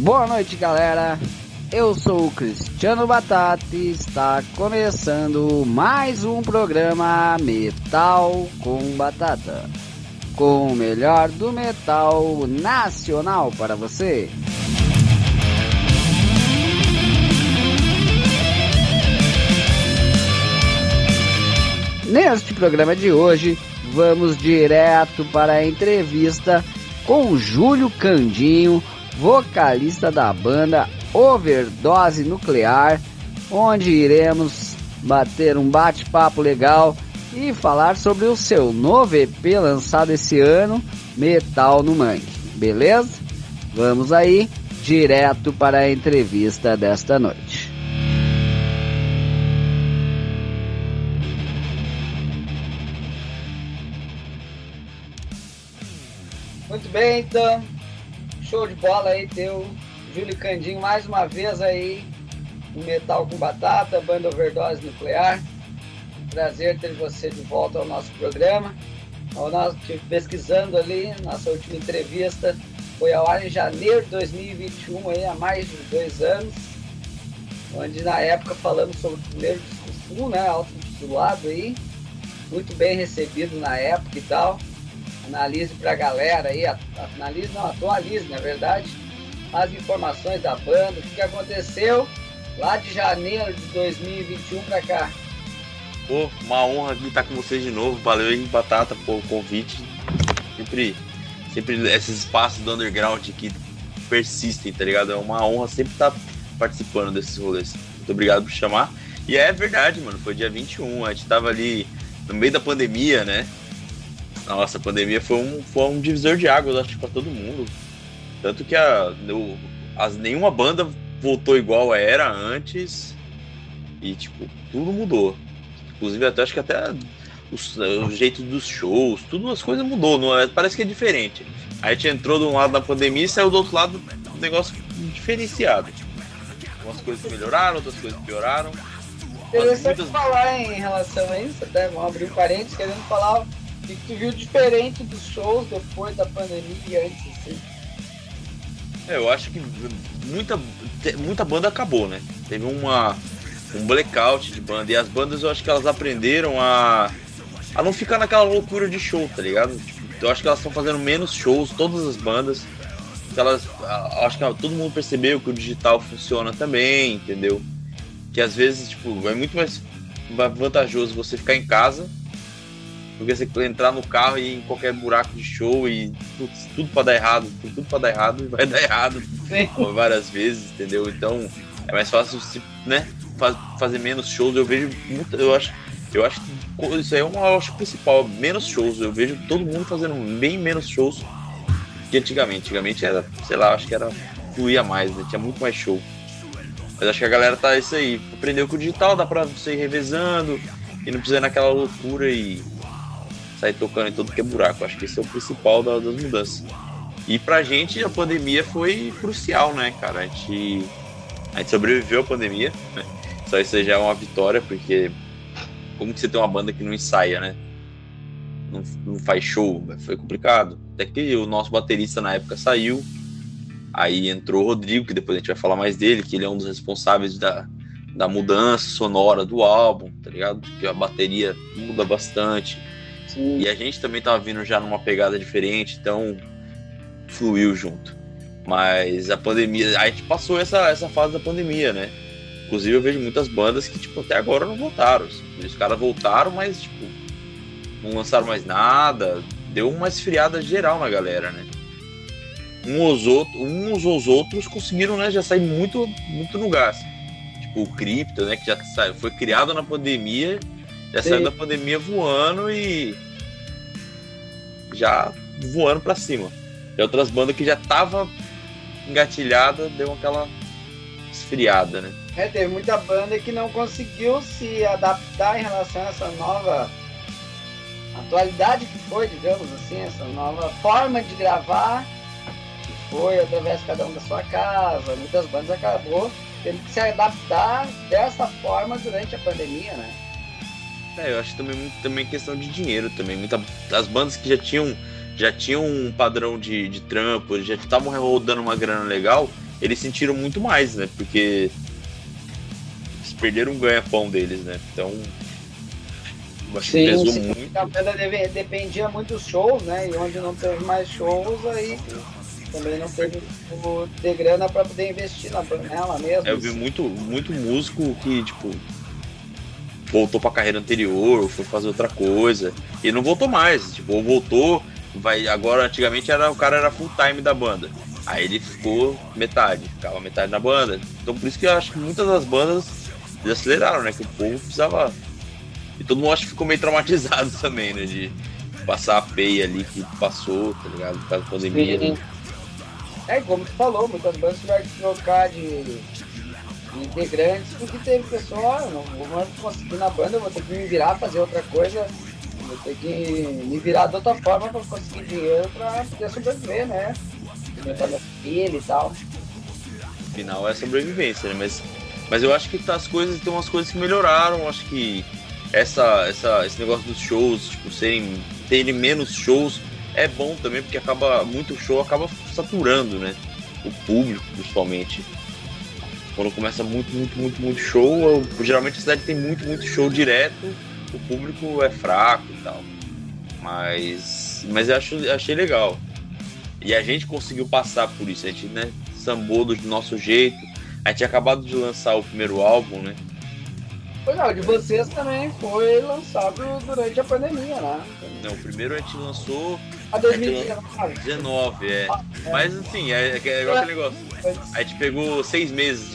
Boa noite, galera. Eu sou o Cristiano Batata e está começando mais um programa Metal com Batata, com o melhor do metal nacional para você. Neste programa de hoje, vamos direto para a entrevista com Júlio Candinho, vocalista da banda Overdose Nuclear, onde iremos bater um bate-papo legal e falar sobre o seu novo EP lançado esse ano, Metal no Mangue. Beleza? Vamos aí, direto para a entrevista desta noite. Muito bem, então, show de bola aí, teu Júlio Candinho mais uma vez aí no Metal com Batata, banda Overdose Nuclear. Prazer ter você de volta ao nosso programa. Nós pesquisando ali, nossa última entrevista foi ao ar em janeiro de 2021, aí, há mais de 2 anos, onde na época falamos sobre o primeiro disco full, né, auto-intitulado aí, muito bem recebido na época e tal. Analise pra galera aí, atualize, na verdade, as informações da banda, o que aconteceu lá de janeiro de 2021 pra cá. Pô, uma honra aqui estar com vocês de novo. Valeu aí, Batata, por convite. Sempre esses espaços do underground que persistem, tá ligado? É uma honra sempre estar participando desses rolês. Muito obrigado por chamar. E é verdade, mano, foi dia 21, a gente tava ali no meio da pandemia, né? Nossa, a pandemia foi um divisor de águas, acho que pra todo mundo. Tanto que nenhuma banda voltou igual era antes. E, tipo, tudo mudou. Inclusive, acho que até o jeito dos shows, tudo, as coisas mudou. Parece que é diferente. A gente entrou de um lado da pandemia e saiu do outro lado um negócio diferenciado. Umas coisas melhoraram, outras coisas pioraram. Interessante falar em relação a isso, até vamos abrir um parênteses, querendo falar o que tu viu diferente dos shows depois da pandemia e antes, assim. Eu acho que muita banda acabou, né? Teve um blackout de banda. E as bandas, eu acho que elas aprenderam a não ficar naquela loucura de show, tá ligado? Tipo, eu acho que elas estão fazendo menos shows, todas as bandas. Acho que todo mundo percebeu que o digital funciona também, entendeu? Que às vezes, tipo, é muito mais vantajoso você ficar em casa do que você entrar no carro e ir em qualquer buraco de show e tudo pra dar errado. Tudo pra dar errado e vai dar errado várias vezes, entendeu? Então é mais fácil, né? Fazer menos shows. Eu acho que isso aí é eu acho principal, menos shows. Eu vejo todo mundo fazendo bem menos shows que antigamente. Antigamente era, sei lá, acho que fluía mais, né? Tinha muito mais show. Mas acho que a galera tá isso aí, aprendeu com o digital, dá pra você ir revezando e não precisa ir naquela loucura e sair tocando em tudo que é buraco. Acho que esse é o principal das mudanças. E pra gente a pandemia foi crucial, né, cara? A gente sobreviveu à pandemia, né? Só isso já é uma vitória, porque como que você tem uma banda que não ensaia, né? Não faz show, foi complicado. Até que o nosso baterista na época saiu, aí entrou o Rodrigo, que depois a gente vai falar mais dele, que ele é um dos responsáveis da mudança sonora do álbum, tá ligado? Porque a bateria muda bastante. Sim. E a gente também tava vindo já numa pegada diferente, então fluiu junto. Mas a pandemia, a gente passou essa fase da pandemia, né? Inclusive eu vejo muitas bandas que, tipo, até agora não voltaram. Os caras voltaram, mas, tipo, não lançaram mais nada. Deu uma esfriada geral na galera, né? Uns aos outros conseguiram, né, já sair muito, muito no gás. Tipo, o Crypto, né, que já foi criado na pandemia, já saiu da pandemia voando e já voando pra cima. E outras bandas que já tava engatilhada, deu aquela esfriada, né? Teve muita banda que não conseguiu se adaptar em relação a essa nova atualidade que foi, digamos assim, essa nova forma de gravar, que foi através de cada um da sua casa. Muitas bandas acabou tendo que se adaptar dessa forma durante a pandemia, né? Eu acho também questão de dinheiro também. As bandas que já tinham um padrão de trampo, já estavam rodando uma grana legal, eles sentiram muito mais, né? Porque eles perderam o ganha-pão deles, né? Então, eu acho que pesou muito. A banda dependia muito dos shows, né? E onde não teve mais shows, aí também não teve ter grana para poder investir nela mesmo. Eu vi muito músico que, tipo, voltou pra carreira anterior, ou foi fazer outra coisa, e não voltou mais, tipo, ou voltou, agora antigamente o cara era full time da banda, aí ele ficava metade na banda, então por isso que eu acho que muitas das bandas desaceleraram, né, que o povo precisava, e todo mundo acho que ficou meio traumatizado também, né, de passar a peia ali que passou, tá ligado, por causa da pandemia. Né? Como tu falou, muitas bandas tiveram que trocar de integrantes, porque teve pessoal, não vou conseguir na banda, eu vou ter que me virar, fazer outra coisa, vou ter que me virar de outra forma para conseguir dinheiro para poder sobreviver, né? Alimentar minha filha e tal. Afinal é sobrevivência, né? Mas eu acho que tem umas coisas que melhoraram, acho que esse negócio dos shows, tipo, terem menos shows é bom também, porque muito show acaba saturando, né? O público, principalmente. Quando começa muito show, geralmente a cidade tem muito show direto, o público é fraco e tal. Mas eu achei legal. E a gente conseguiu passar por isso, a gente, né, sambou do nosso jeito. A gente tinha acabado de lançar o primeiro álbum, né? Pois não, de vocês também foi lançado durante a pandemia, né? Não, o primeiro a gente lançou... A 2019. Mas assim, é igual aquele negócio. A gente pegou 6 meses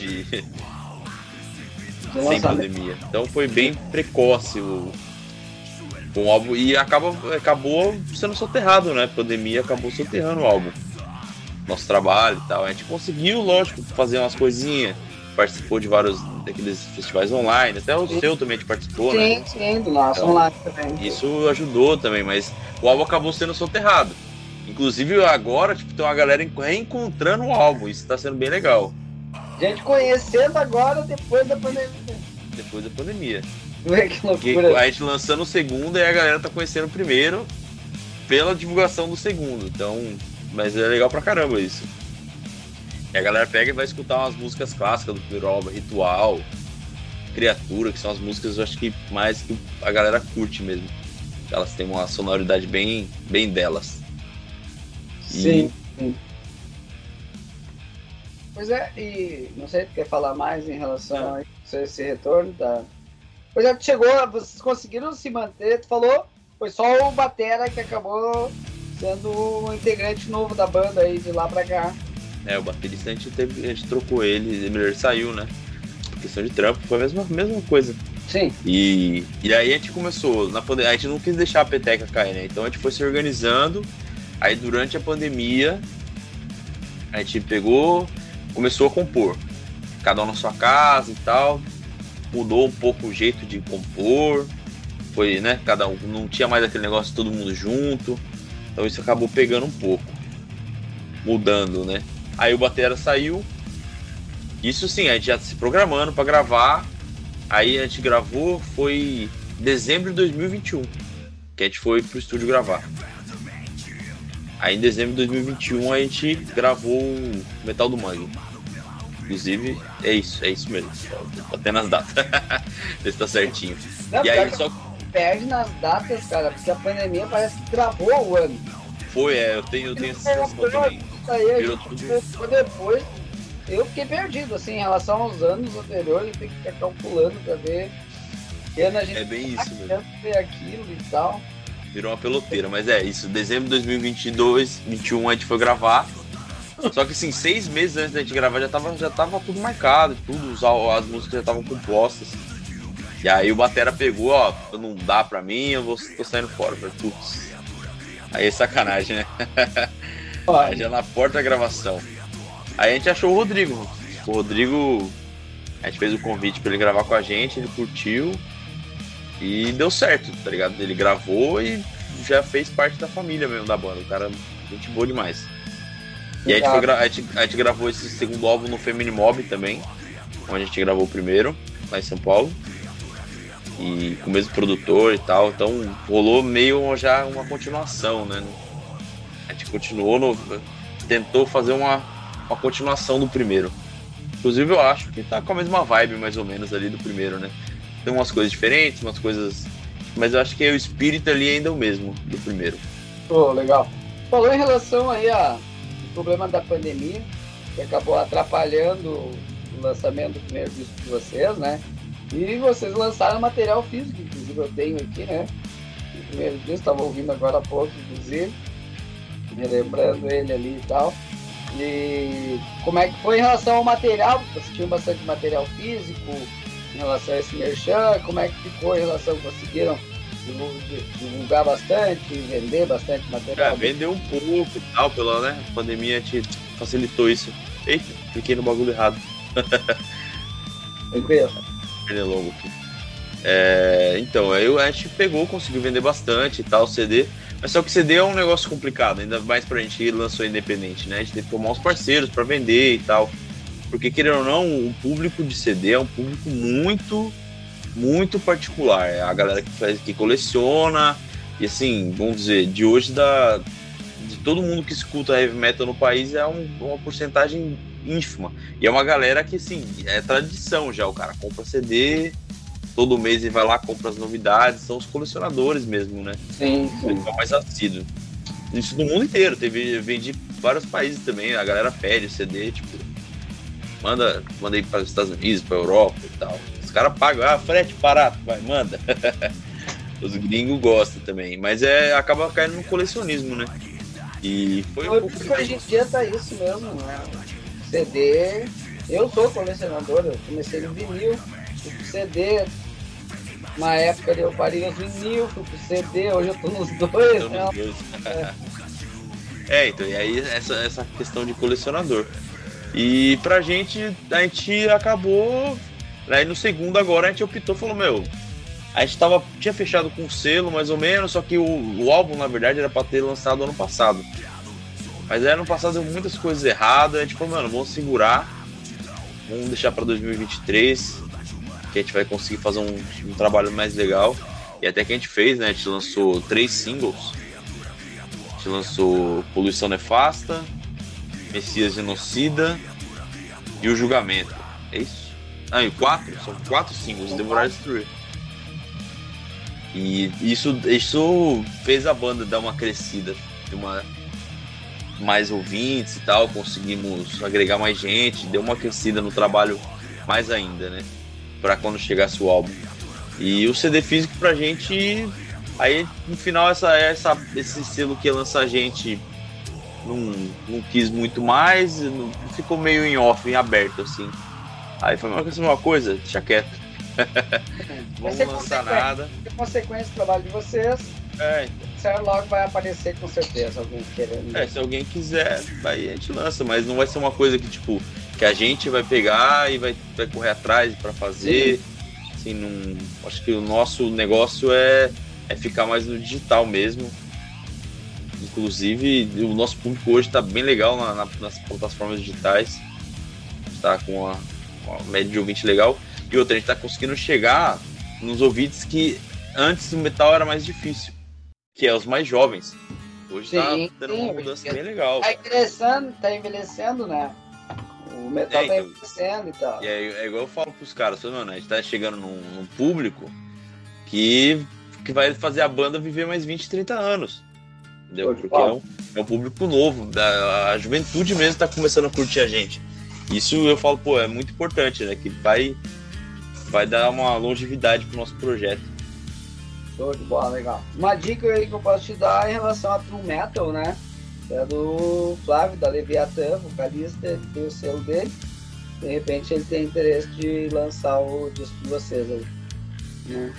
sem pandemia. Então foi bem precoce o álbum. E acabou sendo soterrado, né? A pandemia acabou soterrando o álbum. Nosso trabalho e tal. A gente conseguiu, lógico, fazer umas coisinhas. Participou de vários daqueles festivais online, até o seu também a gente participou, né? Sim, do nosso então, online também. Isso ajudou também, mas o álbum acabou sendo soterrado. Inclusive agora, tipo, tem uma galera reencontrando o álbum, isso tá sendo bem legal. Gente conhecendo agora depois da pandemia. Depois da pandemia. Que loucura. A gente lançando o segundo e a galera tá conhecendo o primeiro pela divulgação do segundo. Então, mas é legal pra caramba isso. E a galera pega e vai escutar umas músicas clássicas do primeiro álbum, Ritual, Criatura, que são as músicas, eu acho que mais que a galera curte mesmo. Elas têm uma sonoridade bem delas. Sim. Pois é, e não sei se quer falar mais em relação a esse retorno da... Pois é, vocês conseguiram se manter, tu falou, foi só o Batera que acabou sendo um integrante novo da banda aí de lá pra cá. O baterista a gente trocou ele saiu, né? Por questão de trampo, foi a mesma coisa. Sim. E aí a gente começou, a gente não quis deixar a peteca cair, né? Então a gente foi se organizando, aí durante a pandemia a gente começou a compor. Cada um na sua casa e tal, mudou um pouco o jeito de compor, foi, né? Cada um, não tinha mais aquele negócio de todo mundo junto, então isso acabou pegando um pouco, mudando, né? Aí o batera saiu, isso sim, a gente já se programando para gravar. Aí a gente gravou, foi dezembro de 2021 que a gente foi pro estúdio gravar. Aí em dezembro de 2021 a gente gravou o Metal do Mangue. Inclusive, é isso mesmo. Tô tendo as datas. Vê se tá certinho. Não, e aí só perde nas datas, cara, porque a pandemia parece que travou o ano. Foi, eu tenho essa sensação também. Aí a gente depois, eu fiquei perdido, assim, em relação aos anos anteriores, tem que ficar calculando pra ver. A gente bem isso mesmo. Ver aquilo e tal. Virou uma peloteira, mas é isso. Dezembro de 2021 a gente foi gravar. Só que assim, 6 meses antes da gente gravar já tava tudo marcado, as músicas já estavam compostas. E aí o batera pegou, ó, não dá pra mim, tô saindo fora. Falei, putz. Aí é sacanagem, né? Aí já na porta da gravação. Aí a gente achou o Rodrigo. O Rodrigo, a gente fez o convite pra ele gravar com a gente, ele curtiu e deu certo, tá ligado? Ele gravou e já fez parte da família mesmo da banda. O cara, gente boa demais. E aí a gente gravou esse segundo álbum no Femini Mob também, onde a gente gravou o primeiro, lá em São Paulo. E com o mesmo produtor e tal, então rolou meio já uma continuação, né? A gente continuou, tentou fazer uma continuação do primeiro. Inclusive eu acho que tá com a mesma vibe mais ou menos ali do primeiro, né? Tem umas coisas diferentes, umas coisas... Mas eu acho que o espírito ali ainda é o mesmo do primeiro. Oh, legal. Falou em relação aí ao problema da pandemia, que acabou atrapalhando o lançamento do primeiro disco de vocês, né? E vocês lançaram material físico, inclusive eu tenho aqui, né? O primeiro disco, estava ouvindo agora há pouco, inclusive, relembrando ele ali e tal. E como é que foi em relação ao material? Vocês tinham bastante material físico em relação a esse merchan? Como é que ficou em relação, conseguiram divulgar bastante, vender bastante material? Vendeu um pouco e tal, pela, né? A pandemia te facilitou isso. Eita, cliquei no bagulho errado. Tranquilo. Logo aqui. Então, aí a gente pegou, conseguiu vender bastante e tal, CD. Mas só que CD é um negócio complicado, ainda mais pra gente que lançou independente, né? A gente teve que tomar uns parceiros pra vender e tal. Porque, querendo ou não, o público de CD é um público muito, muito particular. É a galera que coleciona. E assim, vamos dizer, de hoje de todo mundo que escuta heavy metal no país é uma porcentagem ínfima. E é uma galera que, assim, é tradição já. O cara compra CD, todo mês ele vai lá, compra as novidades. São os colecionadores mesmo, né? Sim, sim. Eles são mais assíduos. Isso no mundo inteiro. Vendi vários países também. A galera pede CD, tipo, mandei para os Estados Unidos, para Europa e tal. Os caras pagam, frete barato, vai, manda. Os gringos gostam também. Mas acaba caindo no colecionismo, né? E foi um pouco... Hoje em dia tá isso mesmo, né? CD, eu sou colecionador, eu comecei no vinil, fui pro CD, uma época eu parei no vinil, fui pro CD, hoje eu tô nos dois, né? Então, e aí essa questão de colecionador. E pra gente, a gente acabou, aí no segundo agora a gente optou, falou, a gente tinha fechado com o selo mais ou menos, só que o álbum na verdade era pra ter lançado ano passado. Mas aí ano passado deu muitas coisas erradas, a gente falou, vamos segurar, vamos deixar pra 2023, que a gente vai conseguir fazer um trabalho mais legal. E até que a gente fez, né, a gente lançou 3 singles, a gente lançou Poluição Nefasta, Messias Genocida e O Julgamento. É isso? E 4? São 4 singles, Devorar e Destruir. E isso fez a banda dar uma crescida, mais ouvintes e tal, conseguimos agregar mais gente, deu uma crescida no trabalho mais ainda, né? Pra quando chegasse o álbum. E o CD físico pra gente, aí no final esse selo que ia lançar a gente não quis muito mais, ficou meio em off, em aberto, assim. Aí foi uma coisa, deixa quieto. Vamos lançar nada. É consequência do trabalho de vocês. Logo vai aparecer com certeza alguém querendo. Se alguém quiser, aí a gente lança, mas não vai ser uma coisa que a gente vai pegar e vai correr atrás para fazer. Sim. Assim, acho que o nosso negócio é ficar mais no digital mesmo. Inclusive, o nosso público hoje está bem legal nas plataformas digitais. Está com uma média de ouvinte legal. E outra, a gente está conseguindo chegar nos ouvintes que antes o metal era mais difícil, que é os mais jovens. Hoje está dando uma mudança bem legal. Tá envelhecendo, né? O metal tá envelhecendo e tal. E é igual eu falo pros caras, a gente tá chegando num público que vai fazer a banda viver mais 20, 30 anos. Entendeu? Porque é um público novo, a juventude mesmo tá começando a curtir a gente. Isso eu falo, é muito importante, né? Que vai dar uma longevidade pro nosso projeto. Show de bola, legal. Uma dica aí que eu posso te dar em relação a True Metal, né? É do Flávio, da Leviathan, vocalista, que tem o selo dele. De repente ele tem interesse de lançar o disco de vocês aí. Né?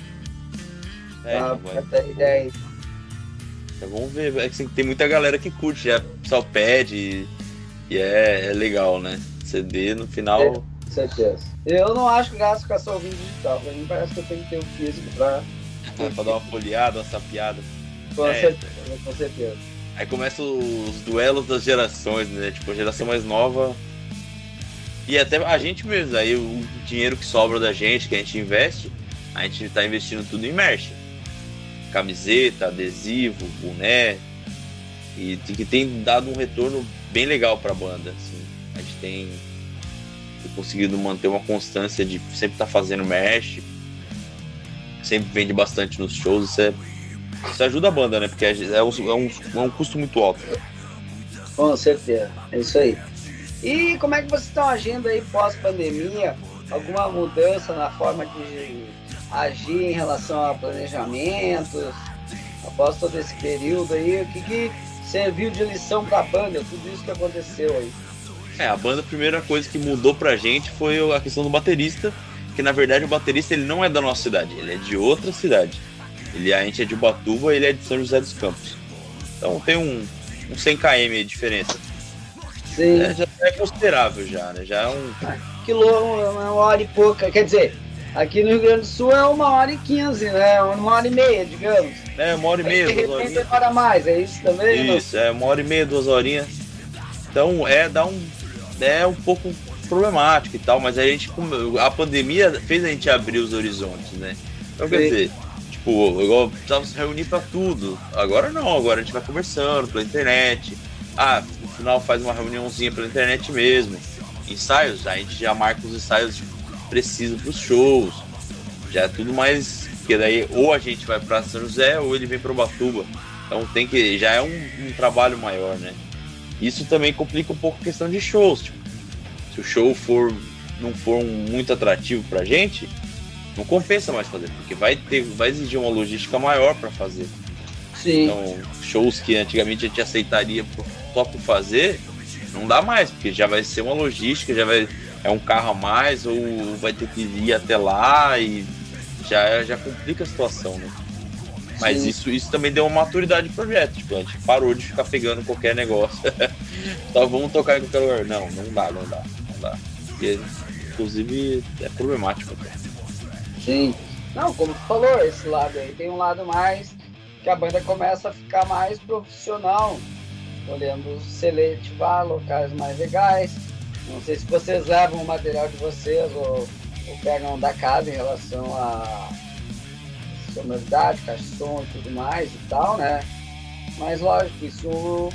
Ideia aí. Vamos ver, tem muita galera que curte, já o pessoal pede e é legal, né? CD no final. Com certeza. Eu não acho graça ficar só ouvindo digital. Pra mim parece que eu tenho que ter o físico pra dar uma folheada, uma sapiada. Com certeza. Aí começam os duelos das gerações, né? Tipo, a geração mais nova. E até a gente mesmo. Aí o dinheiro que sobra da gente, que a gente investe, a gente tá investindo tudo em merch. Camiseta, adesivo, boné. E que tem dado um retorno bem legal pra banda, assim. A gente tem conseguido manter uma constância de sempre estar fazendo merch, sempre vende bastante nos shows. Isso ajuda a banda, né? Porque é um custo muito alto. Com certeza, é isso aí. E como é que vocês estão agindo aí pós-pandemia? Alguma mudança na forma de agir em relação a planejamentos? Após todo esse período aí, o que serviu de lição para a banda, tudo isso que aconteceu aí? A banda, a primeira coisa que mudou pra gente foi a questão do baterista, que na verdade o baterista ele não é da nossa cidade, ele é de outra cidade. A gente é de Ubatuba, ele é de São José dos Campos. Então tem um 100 km de diferença. Sim. Já é considerável já, né? Já é um... Uma hora e pouca, quer dizer, aqui no Rio Grande do Sul é 1h15, né? 1h30, digamos. 1h30, 2 horinhas. Demora mais, é isso também? Isso, 1h30, 2 horinhas. Então é um pouco problemático e tal, mas a pandemia fez a gente abrir os horizontes, né? Então quer dizer, tipo, igual precisava se reunir pra tudo. Agora não, agora a gente vai conversando pela internet. No final faz uma reuniãozinha pela internet mesmo. Ensaios, a gente já marca os ensaios precisos pros shows. Já é tudo mais. Porque daí ou a gente vai pra São José ou ele vem pra Ubatuba. Então já é um trabalho maior, né? Isso também complica um pouco a questão de shows. Tipo, se o show não for muito atrativo pra gente, não compensa mais fazer, porque vai exigir uma logística maior para fazer. Sim. Então, shows que antigamente a gente aceitaria só por fazer, não dá mais, porque já vai ser uma logística, é um carro a mais, ou vai ter que ir até lá e já complica a situação, né? Mas isso também deu uma maturidade pro projeto. Tipo, a gente parou de ficar pegando qualquer negócio. Só vamos tocar em qualquer lugar. Não dá. Porque, inclusive, é problemático. Sim. Não, como tu falou, esse lado aí tem um lado mais que a banda começa a ficar mais profissional, olhando seletivar locais mais legais. Não sei se vocês levam o material de vocês ou pegam da casa em relação a sonoridade, caixa de som e tudo mais e tal, né? Mas lógico, isso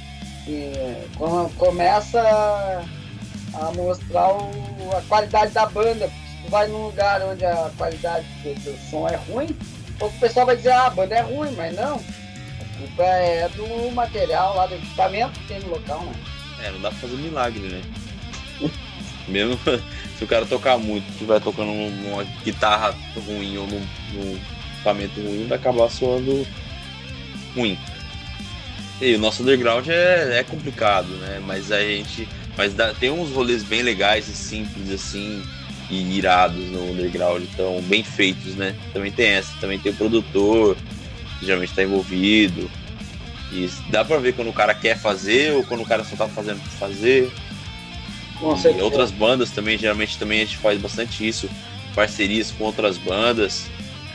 começa a mostrar a qualidade da banda. Se tu vai num lugar onde a qualidade do som é ruim, o pessoal vai dizer, a banda é ruim, mas não. A culpa é do material lá, do equipamento que tem no local, né? Não dá pra fazer milagre, né? Mesmo se o cara tocar muito, estiver tocando uma guitarra ruim ou num equipamento ruim, vai acabar soando ruim. E o nosso underground é complicado, né? Mas tem uns rolês bem legais e simples assim, e irados no underground, então bem feitos, né? Também tem o produtor, que geralmente está envolvido. E dá pra ver quando o cara quer fazer ou quando o cara só tá fazendo por fazer. E outras bandas também, geralmente também a gente faz bastante isso, parcerias com outras bandas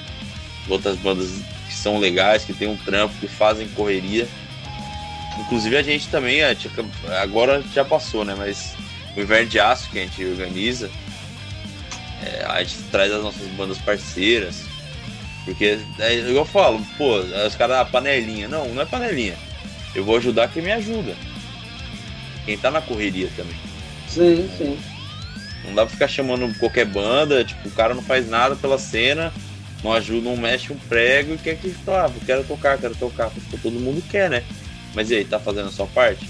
que são legais, que tem um trampo, que fazem correria. Inclusive a gente também, agora já passou, né? Mas o Inverno de Aço que a gente organiza, a gente traz as nossas bandas parceiras, porque igual eu falo, os caras, panelinha. Não é panelinha. Eu vou ajudar quem me ajuda. Quem tá na correria também. Sim. Não dá pra ficar chamando qualquer banda, tipo, o cara não faz nada pela cena, não ajuda, não mexe um prego e quer que quero tocar, porque todo mundo quer, né? Mas e aí, tá fazendo a sua parte?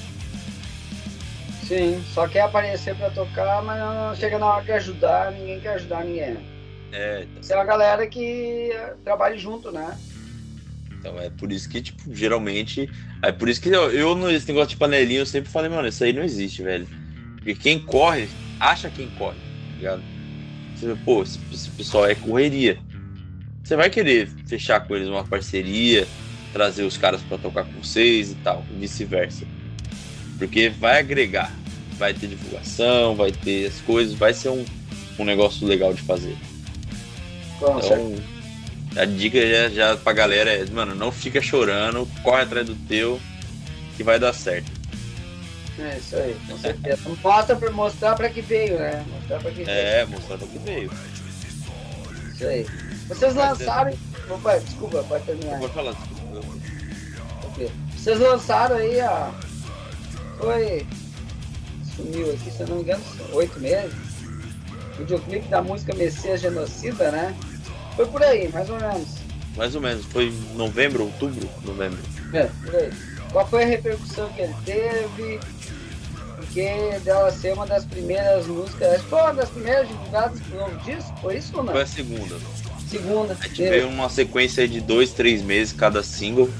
Sim, só quer aparecer pra tocar, mas não chega na hora de ajudar, ninguém quer ajudar ninguém. Isso é uma galera que trabalha junto, né? Então é por isso que, tipo, geralmente... É por isso que eu nesse negócio de panelinha, eu sempre falei, mano, isso aí não existe, velho. Porque quem corre, acha quem corre, tá ligado? Você vê, esse pessoal é correria. Você vai querer fechar com eles uma parceria, trazer os caras pra tocar com vocês e tal, e vice-versa. Porque vai agregar, vai ter divulgação, vai ter as coisas, vai ser um negócio legal de fazer. Então, a dica já pra galera é, mano, não fica chorando, corre atrás do teu, que vai dar certo. É isso aí, com certeza. Mostrar pra que veio, né? Mostrar pra que veio. Isso aí. Vocês lançaram... Opa, desculpa, pode terminar. Pode falar. Okay. Vocês lançaram aí sumiu aqui, se eu não me engano, 8 meses. O videoclipe da música Messias Genocida, né? Foi por aí, mais ou menos. Mais ou menos, foi novembro, outubro, novembro. Por aí. Qual foi a repercussão que ele teve? Porque dela ser uma das primeiras músicas, acho que foi uma das primeiras divulgadas pro novo disco, foi isso ou não? Foi a segunda. Segunda. A gente veio uma sequência de 2, 3 meses cada single.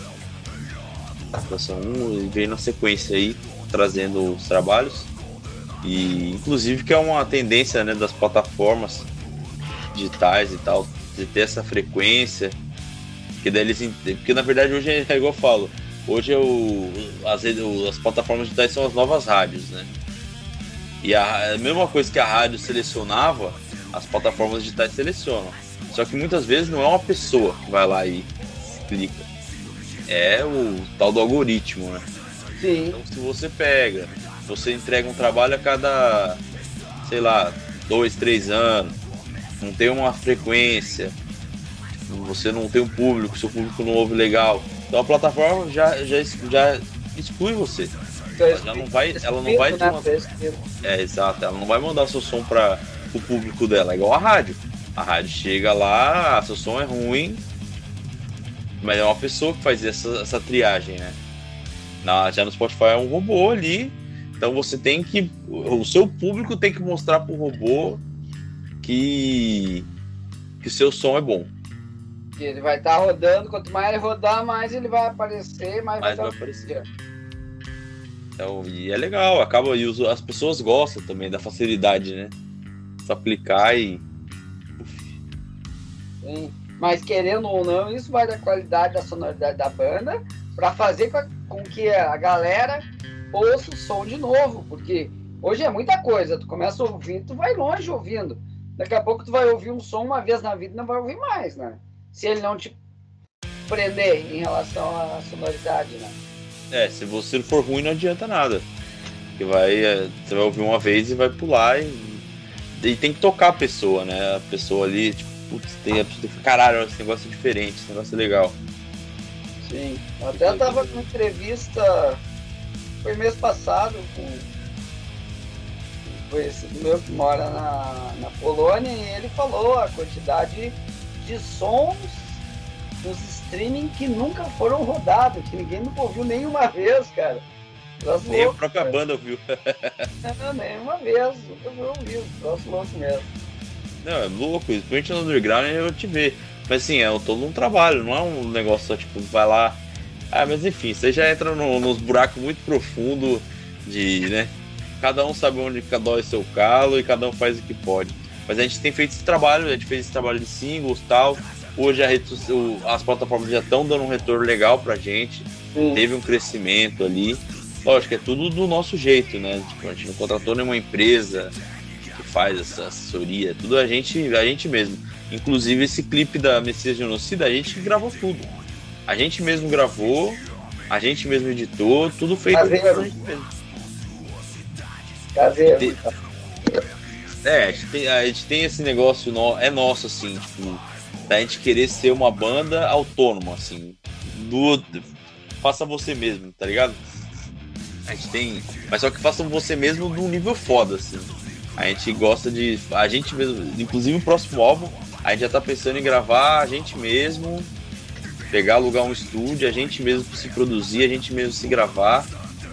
Só um, e veio na sequência aí, trazendo os trabalhos. E inclusive que é uma tendência, né, das plataformas digitais e tal, de ter essa frequência. Porque na verdade hoje é igual eu falo. Hoje as plataformas digitais são as novas rádios, né? E a mesma coisa que a rádio selecionava, as plataformas digitais selecionam. Só que muitas vezes não é uma pessoa que vai lá e clica. É o tal do algoritmo, né? Sim. Então se você pega, você entrega um trabalho a cada, sei lá, 2, 3 anos, não tem uma frequência, você não tem um público, seu público não ouve legal. Então a plataforma já exclui você. Ela não vai te mandar. Exato, ela não vai mandar seu som para o público dela, é igual a rádio. A rádio chega lá, seu som é ruim, mas é uma pessoa que faz essa triagem, né? Já no Spotify é um robô ali, então você tem que. O seu público tem que mostrar pro robô que o seu som é bom. Ele vai estar rodando, quanto mais ele rodar, mais ele vai aparecer, mais vai aparecer. Então, e é legal, as pessoas gostam também da facilidade, né? Só clicar e. Sim. Mas querendo ou não, isso vai da qualidade da sonoridade da banda para fazer com que a galera ouça o som de novo, porque hoje é muita coisa, tu começa a ouvir, tu vai longe ouvindo. Daqui a pouco tu vai ouvir um som uma vez na vida e não vai ouvir mais, né? Se ele não te prender em relação à sonoridade, né? Se você for ruim não adianta nada. Porque você vai ouvir uma vez e vai pular e tem que tocar a pessoa, né? A pessoa ali, tipo, putz, tem que caralho, esse negócio é diferente, esse negócio é legal. Sim, eu até estava numa entrevista, foi mês passado, com esse meu que mora na Polônia, e ele falou a quantidade de sons nos streaming que nunca foram rodados, que ninguém nunca ouviu nenhuma vez, cara. Nem a própria banda ouviu. Não, nenhuma vez, nunca ouviu, troço louco mesmo. Não, é louco, principalmente no underground eu te ver. Mas assim, é todo um trabalho, não é um negócio só tipo, vai lá. Mas enfim, você já entra nos buracos muito profundos né? Cada um sabe onde dói seu calo e cada um faz o que pode. Mas a gente tem feito esse trabalho, a gente fez esse trabalho de singles e tal. Hoje as plataformas já estão dando um retorno legal pra gente. Teve um crescimento ali. Lógico, é tudo do nosso jeito, né? Tipo, a gente não contratou nenhuma empresa que faz essa assessoria, é tudo a gente mesmo. Inclusive esse clipe da Messias Genocida, a gente gravou tudo. A gente mesmo gravou, a gente mesmo editou, tudo feito a gente mesmo. Caseiro. A gente tem esse negócio, é nosso, assim, tipo, da gente querer ser uma banda autônoma, assim, faça você mesmo, tá ligado? A gente tem, mas só que faça você mesmo num nível foda, assim. A gente gosta a gente mesmo, inclusive o próximo álbum, a gente já tá pensando em gravar a gente mesmo, alugar um estúdio, a gente mesmo se produzir, a gente mesmo se gravar.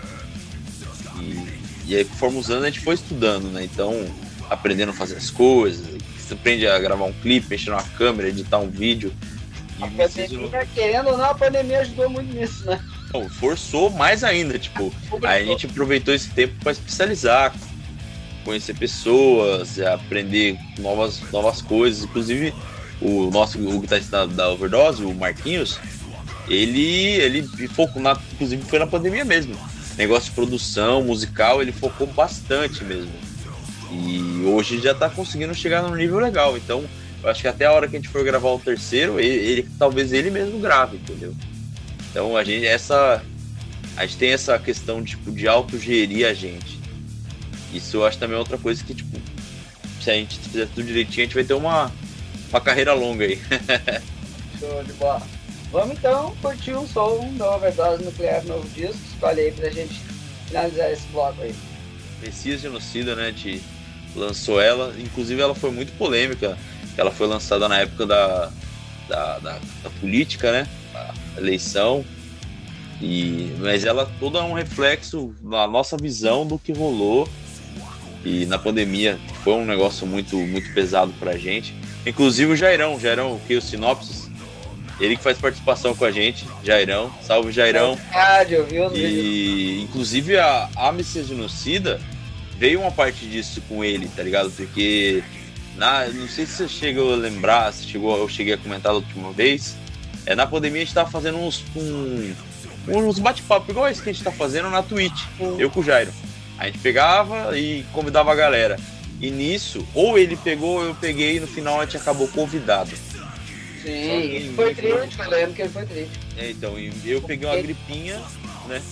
E aí, conforme os anos, a gente foi estudando, né? Então, aprendendo a fazer as coisas, você aprende a gravar um clipe, mexer numa câmera, editar um vídeo. A pandemia, querendo ou não, a pandemia ajudou muito nisso, né? Não, forçou mais ainda, tipo, aí a gente aproveitou esse tempo para especializar, conhecer pessoas, aprender novas coisas. Inclusive, o guitarrista da Overdose, o Marquinhos, ele focou, inclusive foi na pandemia mesmo. Negócio de produção musical, ele focou bastante mesmo. E hoje já tá conseguindo chegar num nível legal. Então, eu acho que até a hora que a gente for gravar o terceiro, talvez ele mesmo grave, entendeu? Então a gente tem essa questão tipo, de autogerir a gente. Isso eu acho também outra coisa que, tipo, se a gente fizer tudo direitinho, a gente vai ter uma carreira longa aí. Show de bola. Vamos então curtir um som da Overdose Nuclear, novo disco. Escolhe aí pra gente finalizar esse bloco aí. Messias Genocida, né? Lançou ela. Inclusive, ela foi muito polêmica. Ela foi lançada na época da política, né? A eleição. Mas ela toda é um reflexo da nossa visão do que rolou. E na pandemia foi um negócio muito, muito pesado pra gente. Inclusive o Jairão, que é o Sinopsis, ele que faz participação com a gente. Jairão, salve Jairão. Eu vi os vídeos. E inclusive a Messias Genocida veio uma parte disso com ele, tá ligado? Porque não sei se você chegou a lembrar, eu cheguei a comentar da última vez. Na pandemia a gente tava fazendo uns bate-papo igual esse que a gente tá fazendo na Twitch, eu com o Jairo. A gente pegava e convidava a galera. E nisso, ou ele pegou ou eu peguei, e no final a gente acabou convidado. Sim, ele foi triste, eu lembro que ele foi triste. Então, eu peguei uma gripinha, né?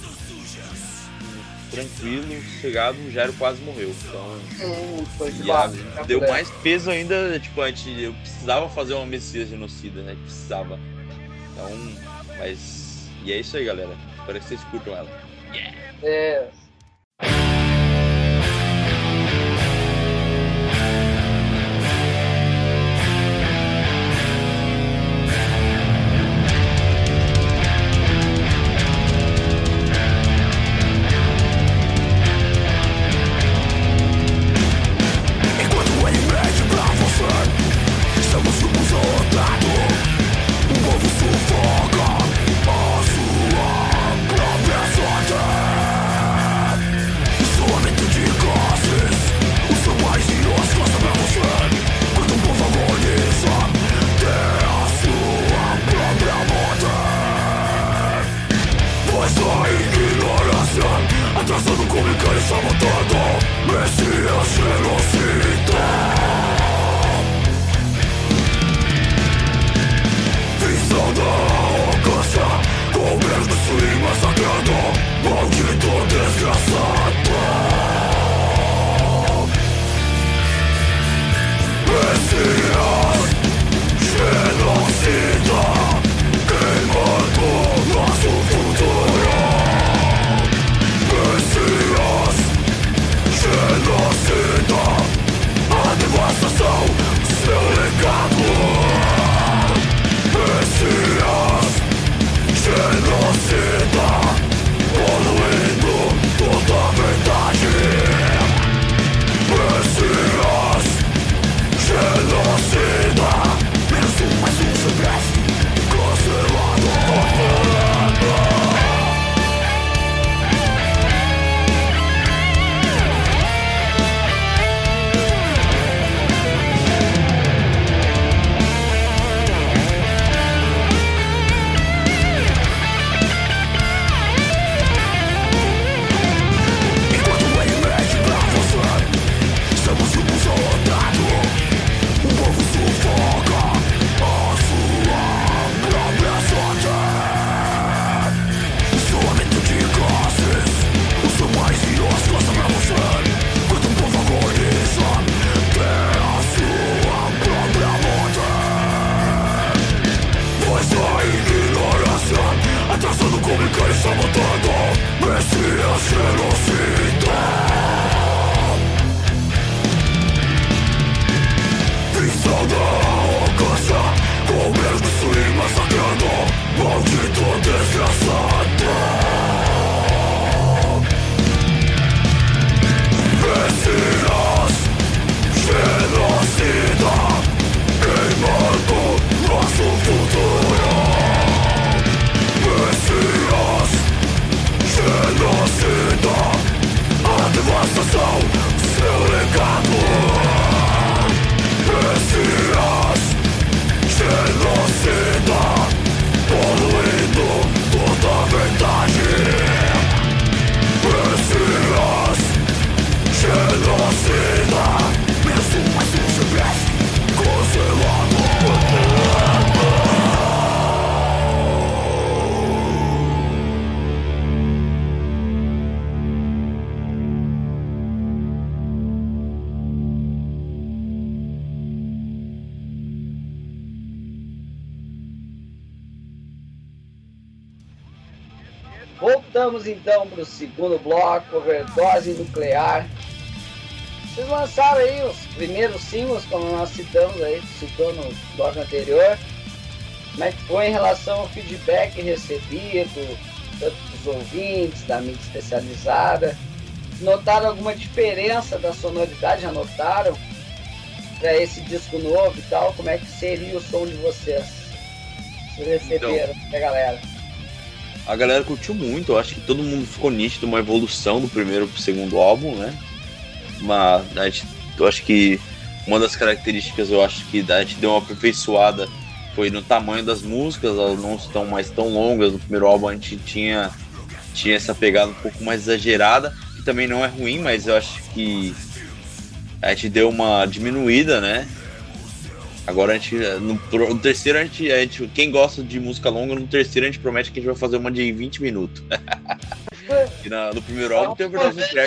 Tranquilo, chegado, o Jairo quase morreu. Então, foi deu mais peso ainda, tipo, eu precisava fazer uma Messias Genocida, né? Precisava. Então, e é isso aí, galera. Espero que vocês curtam ela. Yeah! Voltamos então para o segundo bloco, Overdose Nuclear. Vocês lançaram aí os primeiros singles, como nós citamos aí, citou no bloco anterior. Como é que foi em relação ao feedback recebido, tanto dos ouvintes, da mídia especializada? Notaram alguma diferença da sonoridade? Já notaram? Para esse disco novo e tal, como é que seria o som de vocês? Vocês receberam da galera? A galera curtiu muito, eu acho que todo mundo ficou nítido uma evolução do primeiro pro segundo álbum, né? Eu acho que uma das características, eu acho que a gente deu uma aperfeiçoada foi no tamanho das músicas, elas não estão mais tão longas. No primeiro álbum a gente tinha essa pegada um pouco mais exagerada, que também não é ruim, mas eu acho que a gente deu uma diminuída, né? Agora a gente, no terceiro a gente, quem gosta de música longa, no terceiro a gente promete que a gente vai fazer uma de 20 minutos. E no primeiro álbum tem Overdose Nuclear.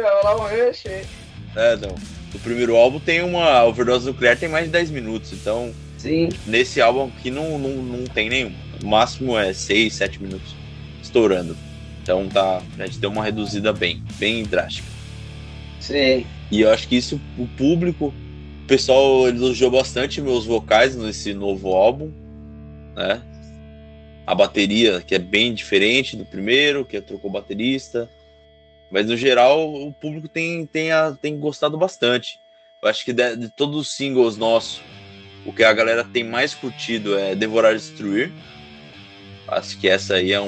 Não. No primeiro álbum tem uma Overdose Nuclear, tem mais de 10 minutos, então sim. Nesse álbum aqui não tem nenhum. O máximo é 6, 7 minutos estourando. Então a gente deu uma reduzida bem drástica. Sim. E eu acho que isso, o público, o pessoal elogiou bastante meus vocais nesse novo álbum, né? A bateria, que é bem diferente do primeiro, que trocou baterista. Mas no geral, o público tem gostado bastante. Eu acho que de todos os singles nossos, o que a galera tem mais curtido é Devorar e Destruir. Acho que essa aí é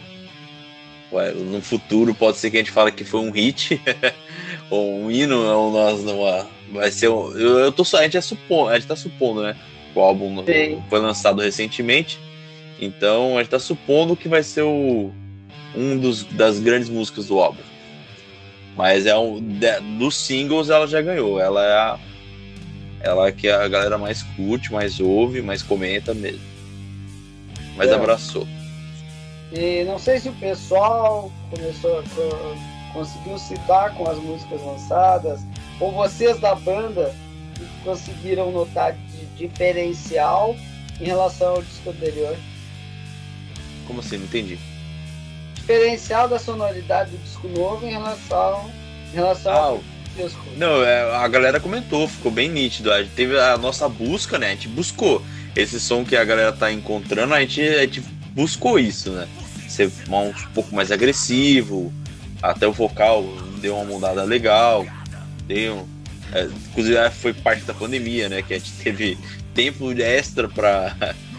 no futuro pode ser que a gente fale que foi um hit ou um hino, vai ser a gente tá supondo, né? O álbum foi lançado recentemente, então a gente tá supondo que vai ser das grandes músicas do álbum. Mas dos singles ela já ganhou, ela é que a galera mais curte, mais ouve, mais comenta mesmo. Mais abraçou. E não sei se o pessoal conseguiu citar com as músicas lançadas, ou vocês da banda conseguiram notar de diferencial em relação ao disco anterior. Como assim? Não entendi. Diferencial da sonoridade do disco novo em relação ao disco. Não, a galera comentou, ficou bem nítido. A gente teve a nossa busca, né? A gente buscou esse som que a galera tá encontrando, a gente buscou isso, né? Ser um pouco mais agressivo, até o vocal deu uma mudada legal, inclusive foi parte da pandemia, né? Que a gente teve tempo extra pra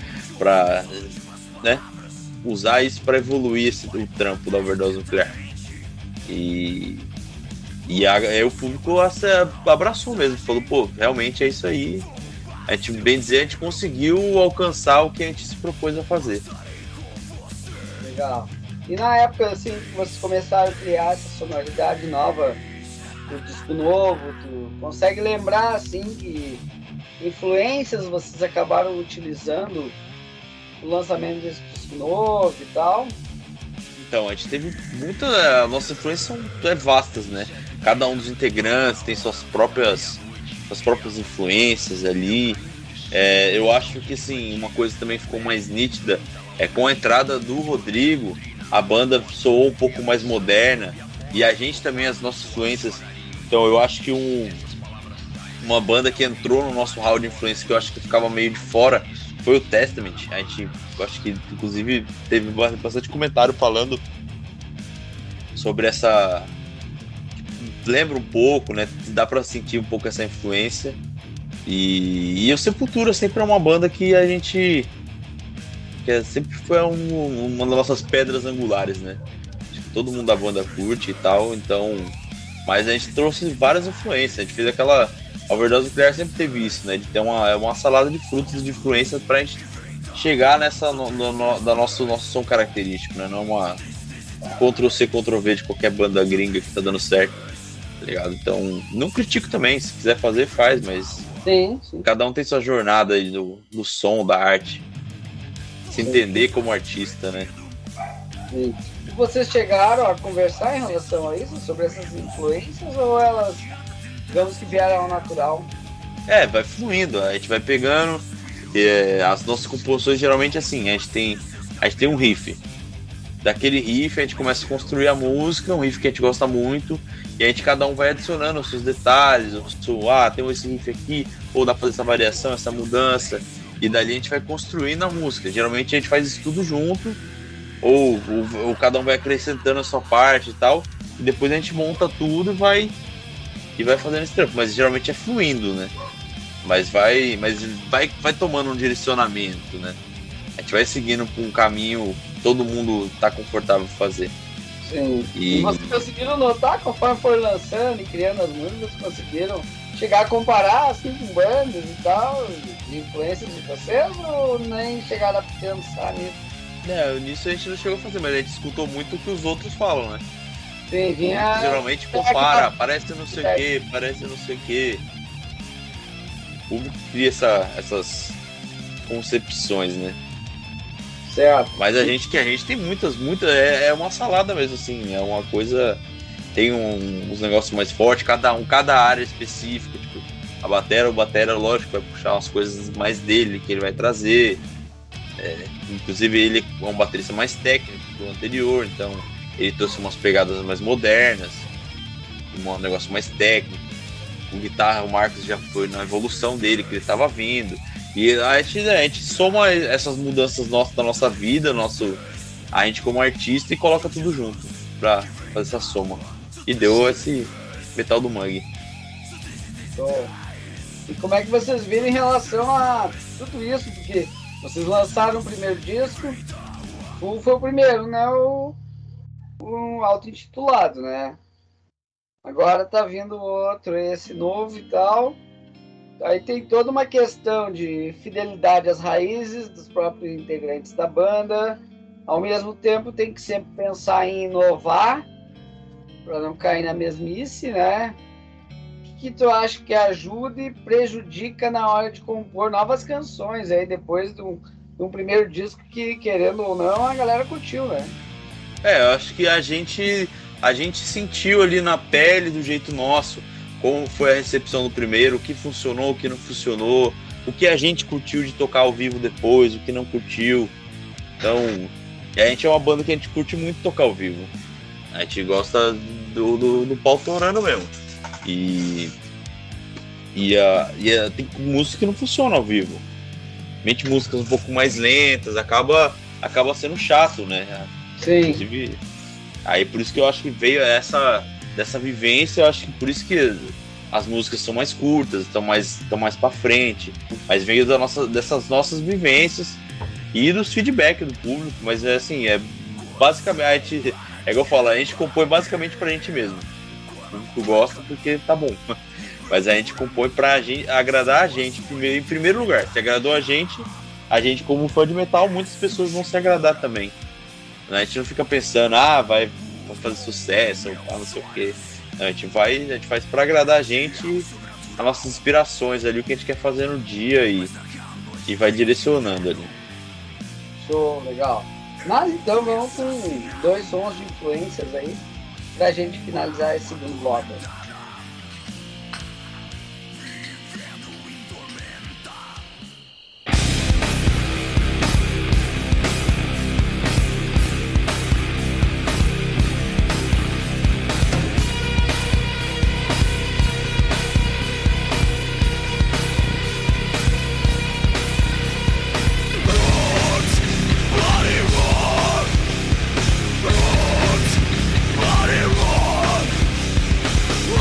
né, usar isso para evoluir o trampo da Overdose Nuclear. E aí o público abraçou mesmo, falou, pô, realmente é isso aí. A gente, bem dizer, a gente conseguiu alcançar o que a gente se propôs a fazer. Legal. E na época, assim, que vocês começaram a criar essa sonoridade nova do disco novo, tu consegue lembrar, assim, que influências vocês acabaram utilizando no lançamento desse disco novo e tal? Então, a gente teve muita... Nossas influências são vastas, né? Cada um dos integrantes tem suas próprias influências ali. Eu acho que, assim, uma coisa também ficou mais nítida é com a entrada do Rodrigo, a banda soou um pouco mais moderna e a gente também, as nossas influências. Então eu acho que uma banda que entrou no nosso hall de influência que eu acho que ficava meio de fora foi o Testament. Eu acho que inclusive teve bastante comentário falando sobre essa... Lembra um pouco, né? Dá pra sentir um pouco essa influência. E o Sepultura sempre é uma banda que a gente... sempre foi uma das nossas pedras angulares, né? Acho que todo mundo da banda curte e tal, então... Mas a gente trouxe várias influências. A gente fez aquela... A Overdose Nuclear sempre teve isso, né? De ter uma salada de frutos de influência pra gente chegar nessa... da nosso som característico, né? Não é uma Ctrl-C, Ctrl-V de qualquer banda gringa que tá dando certo, tá ligado? Então, não critico também. Se quiser fazer, faz, mas... Sim. Cada um tem sua jornada aí do som, da arte. Se entender como artista, né? Sim. E vocês chegaram a conversar em relação a isso? Sobre essas influências? Ou elas, digamos que vieram ao natural? Vai fluindo. A gente vai pegando. As nossas composições geralmente assim. A gente tem um riff. daquele riff, a gente começa a construir a música, um riff que a gente gosta muito, e a gente cada um vai adicionando os seus detalhes, tem esse riff aqui, ou dá pra fazer essa variação, essa mudança, e dali a gente vai construindo a música. Geralmente a gente faz isso tudo junto, ou cada um vai acrescentando a sua parte e tal, e depois a gente monta tudo e vai fazendo esse trampo, mas geralmente é fluindo, né? Mas vai tomando um direcionamento, né? A gente vai seguindo por um caminho que todo mundo tá confortável em fazer. Sim. E vocês conseguiram notar, conforme foram lançando e criando as músicas, conseguiram chegar a comparar assim com bandas e tal, de influências de vocês, ou nem chegaram a pensar nisso? Não, nisso a gente não chegou a fazer, mas a gente escutou muito o que os outros falam, né? Sim, geralmente compara, parece não sei o que, parece não sei o que. O público cria essas concepções, né? Certo. Mas a gente tem muitas, é uma salada mesmo, assim, é uma coisa, tem uns negócios mais fortes, cada área específica, tipo, o batera, lógico, vai puxar umas coisas mais dele, que ele vai trazer, inclusive ele é um baterista mais técnico do anterior, então ele trouxe umas pegadas mais modernas, um negócio mais técnico, com guitarra, o Marcos já foi na evolução dele, que ele estava vindo. E a gente soma essas mudanças da nossa vida, a gente como artista, e coloca tudo junto pra fazer essa soma. E deu esse Metal do Mangue. E como é que vocês viram em relação a tudo isso? Porque vocês lançaram o primeiro disco, foi o primeiro, né? O auto-intitulado, né? Agora tá vindo outro, esse novo e tal. Aí tem toda uma questão de fidelidade às raízes dos próprios integrantes da banda. Ao mesmo tempo tem que sempre pensar em inovar para não cair na mesmice, né? O que tu acha que ajuda e prejudica na hora de compor novas canções aí depois de um primeiro disco que, querendo ou não, a galera curtiu, né? Eu acho que a gente sentiu ali na pele do jeito nosso como foi a recepção do primeiro, o que funcionou, o que não funcionou, o que a gente curtiu de tocar ao vivo depois, o que não curtiu. Então, a gente é uma banda que a gente curte muito tocar ao vivo. A gente gosta do pau torando mesmo. Tem música que não funciona ao vivo. Mente músicas um pouco mais lentas, acaba sendo chato, né? Sim. Inclusive, aí por isso que eu acho que veio dessa vivência, eu acho que por isso que as músicas são mais curtas, estão mais para frente, mas veio dessas nossas vivências e dos feedback do público, mas basicamente, igual eu falo, a gente compõe basicamente pra gente mesmo. O público gosta porque tá bom, mas a gente compõe pra agradar a gente em primeiro lugar. Se agradou a gente como fã de metal, muitas pessoas vão se agradar também. A gente não fica pensando, vai fazer sucesso ou não sei o que. A gente faz pra agradar a gente, as nossas inspirações ali, o que a gente quer fazer no dia e vai direcionando ali. Show, legal. Mas então vamos com 2 sons de influências aí pra gente finalizar esse segundo bloco. Body rock.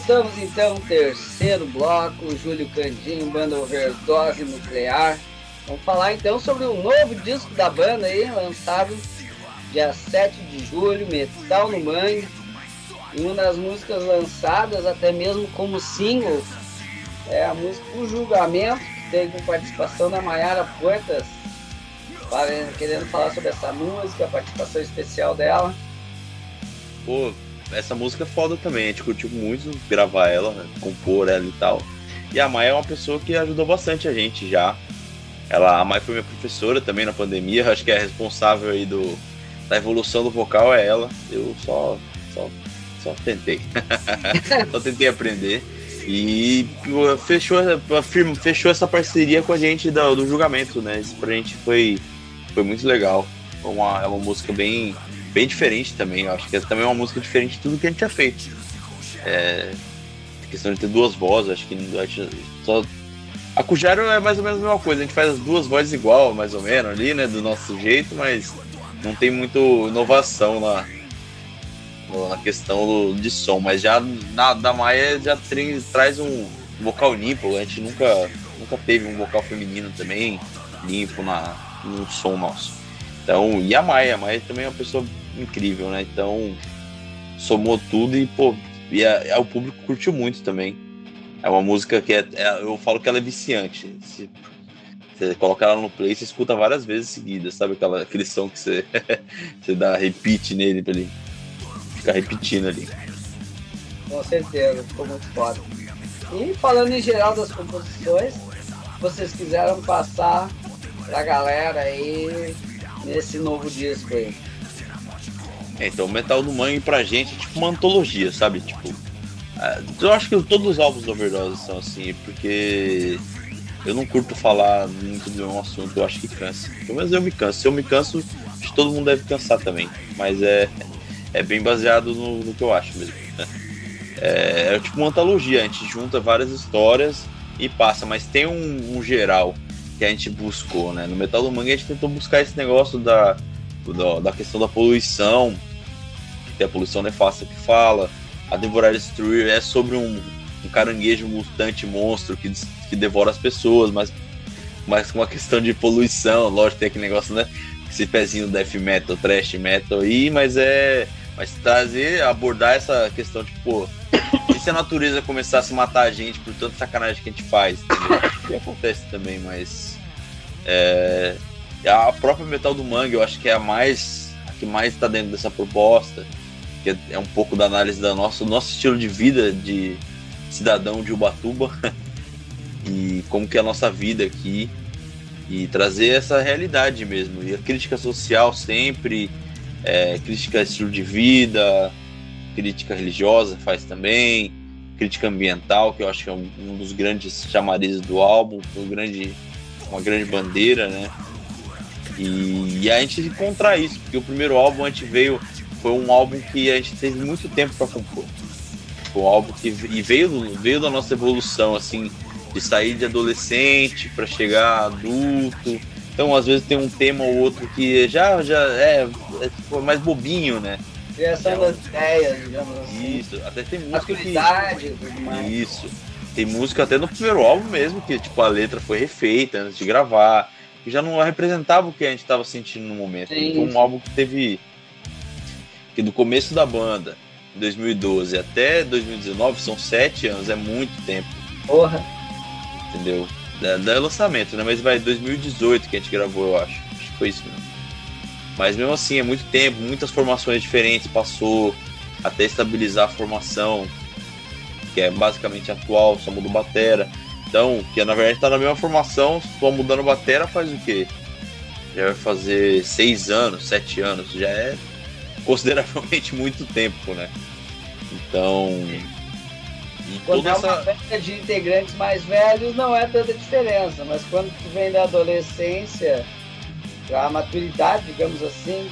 Voltamos então, terceiro bloco, Júlio Candinho, banda Overdose Nuclear. Vamos falar então sobre o novo disco da banda aí, lançado dia 7 de julho, Metal no Mangue. E uma das músicas lançadas até mesmo como single é a música O Julgamento, que tem com participação da Mayara Puertas, querendo falar sobre essa música, a participação especial dela. Pô, essa música é foda também, a gente curtiu muito gravar ela, né, compor ela e tal. E a Maia é uma pessoa que ajudou bastante a gente já. A Maia foi minha professora também na pandemia, acho que é a responsável aí da evolução do vocal é ela. Eu só tentei. Só tentei aprender. E fechou essa parceria com a gente do Julgamento, né? Isso pra gente foi muito legal. É uma música bem diferente também. Eu acho que é também uma música diferente de tudo que a gente tinha feito. A questão de ter duas vozes, acho que a Cujaro é mais ou menos a mesma coisa. A gente faz as duas vozes igual, mais ou menos, ali, né? Do nosso jeito, mas não tem muita inovação na questão de som. Mas já da Maia já traz um vocal limpo. A gente nunca teve um vocal feminino também limpo no som nosso. Então, e a Maia também é uma pessoa incrível, né? Então, somou tudo e, pô, o público curtiu muito também. É uma música que eu falo que ela é viciante. Você coloca ela no play, você escuta várias vezes seguidas, sabe? Aquele som que você dá repeat nele pra ele ficar repetindo ali. Com certeza, ficou muito foda. E falando em geral das composições, vocês quiseram passar pra galera aí nesse novo disco aí? Então, o Metal no Mangue pra gente é tipo uma antologia, sabe? Tipo, eu acho que todos os álbuns do Overdose são assim, porque eu não curto falar muito do meu assunto, eu acho que cansa. Pelo menos eu me canso. Se eu me canso, acho que todo mundo deve cansar também. Mas é bem baseado no que eu acho mesmo, né? É tipo uma antologia, a gente junta várias histórias e passa, mas tem um geral que a gente buscou, né? No Metal do Mangue a gente tentou buscar esse negócio da questão da poluição, que tem a poluição nefasta que fala. A Devorar e Destruir é sobre um caranguejo mutante monstro que devora as pessoas, mas com uma questão de poluição. Lógico, tem aquele negócio, né? Esse pezinho death metal, thrash metal aí, mas abordar essa questão, tipo, pô, e se a natureza começasse a matar a gente por tanta sacanagem que a gente faz, entendeu? Que acontece também, mas a própria Metal do Mangue eu acho que é a que mais está dentro dessa proposta, que é um pouco da análise do nosso estilo de vida de cidadão de Ubatuba e como que é a nossa vida aqui, e trazer essa realidade mesmo, e a crítica social sempre, crítica a estilo de vida, crítica religiosa faz também, crítica ambiental, que eu acho que é um dos grandes chamarizes do álbum, uma grande bandeira, né? E a gente encontrar isso, porque o primeiro álbum foi um álbum que a gente teve muito tempo para compor. Foi um álbum que veio da nossa evolução, assim, de sair de adolescente para chegar adulto. Então, às vezes tem um tema ou outro que já é tipo, mais bobinho, né? Criação das ideias, digamos assim. Isso, até tem música tudo mais. Isso. Tem música até no primeiro álbum mesmo, que tipo, a letra foi refeita antes de gravar, que já não representava o que a gente estava sentindo no momento. Sim. Foi um álbum que do começo da banda, em 2012 até 2019, são 7 anos, é muito tempo. Porra! Entendeu? Da lançamento, né? Mas vai 2018 que a gente gravou, eu acho. Acho que foi isso mesmo. Mas mesmo assim, é muito tempo, muitas formações diferentes passou até estabilizar a formação, que é basicamente atual, só muda batera. Então, que na verdade tá na mesma formação, só mudando batera faz o quê? Já vai fazer 6 anos, 7 anos, já é consideravelmente muito tempo, né? Então... Quando é uma banda de integrantes mais velhos, não é tanta diferença, mas quando tu vem da adolescência, a maturidade, digamos assim,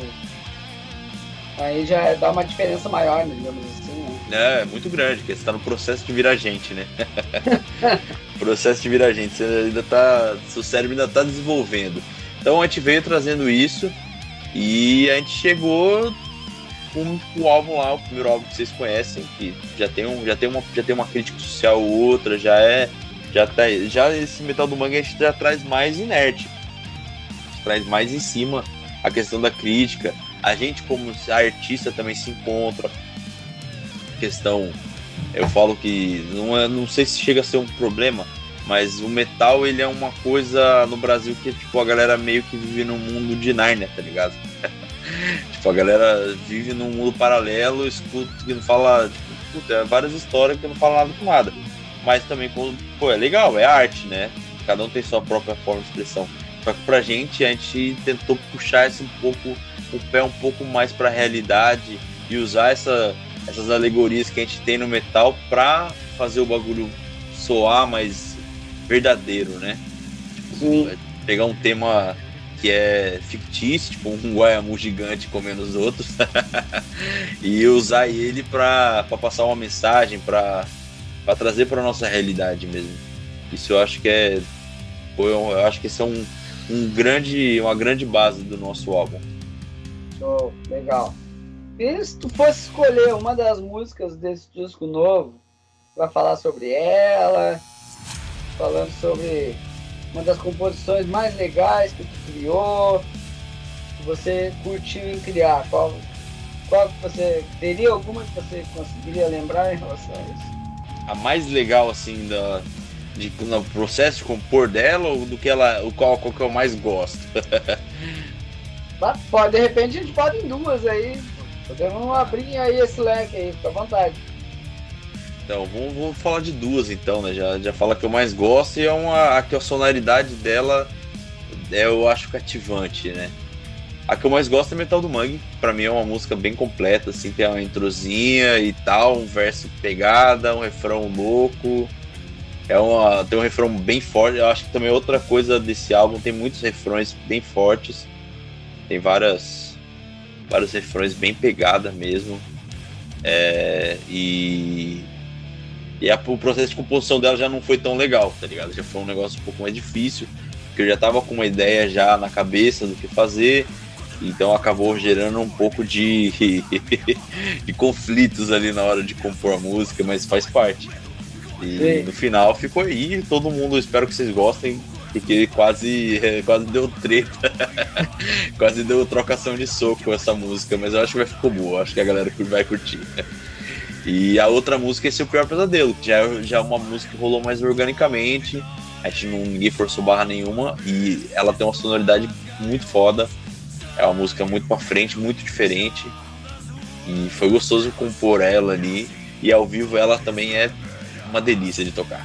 aí já dá uma diferença maior, digamos assim, né? É muito grande, porque você tá no processo de virar gente, né? Processo de virar gente, seu cérebro ainda tá desenvolvendo. Então a gente veio trazendo isso e a gente chegou com o álbum lá, o primeiro álbum que vocês conhecem, que já tem uma crítica social ou outra, já esse Metal do Mangue a gente já traz mais inerte, a gente traz mais em cima a questão da crítica, a gente como artista também se encontra, questão, eu falo que não sei se chega a ser um problema, mas o metal, ele é uma coisa no Brasil que, tipo, a galera meio que vive num mundo de Nárnia, tá ligado? Tipo, a galera vive num mundo paralelo, escuta que não fala, tipo, puta, várias histórias que não falam nada com nada. Mas também, pô, é legal, é arte, né? Cada um tem sua própria forma de expressão. Só que pra gente, a gente tentou puxar esse o pé um pouco mais pra realidade e usar essas alegorias que a gente tem no metal pra fazer o bagulho soar mais verdadeiro, né? Sim. Pegar um tema que é fictício, tipo um guaiamu gigante comendo os outros, e usar ele pra passar uma mensagem, pra trazer pra nossa realidade mesmo. Isso eu acho que eu acho que esse é uma grande base do nosso álbum. Show, legal. E se tu fosse escolher uma das músicas desse disco novo pra falar sobre ela, falando sobre uma das composições mais legais que tu criou, que você curtiu em criar, qual que você teria alguma que você conseguiria lembrar em relação a isso? A mais legal assim no processo de compor dela, ou do que qual que eu mais gosto? Pode, de repente a gente pode em duas aí. Podemos abrir aí esse leque aí, fica à vontade. Então, vamos falar de duas então, né? Já fala que eu mais gosto, e que a sonoridade dela eu acho cativante, né? A que eu mais gosto é Metal do Mangue. Pra mim é uma música bem completa, assim, tem uma introzinha e tal, um verso pegada, um refrão louco. Tem um refrão bem forte. Eu acho que também outra coisa desse álbum, tem muitos refrões bem fortes. Tem vários refrões bem pegada mesmo. O processo de composição dela já não foi tão legal, tá ligado? Já foi um negócio um pouco mais difícil, porque eu já tava com uma ideia já na cabeça do que fazer, então acabou gerando um pouco de conflitos ali na hora de compor a música, mas faz parte. E no final ficou aí, todo mundo, espero que vocês gostem, porque quase deu treta, quase deu trocação de soco essa música, mas eu acho que vai ficar boa, acho que a galera vai curtir. E a outra música é Seu Pior Pesadelo, que já é uma música que rolou mais organicamente, ninguém forçou barra nenhuma, e ela tem uma sonoridade muito foda, é uma música muito pra frente, muito diferente, e foi gostoso compor ela ali, e ao vivo ela também é uma delícia de tocar.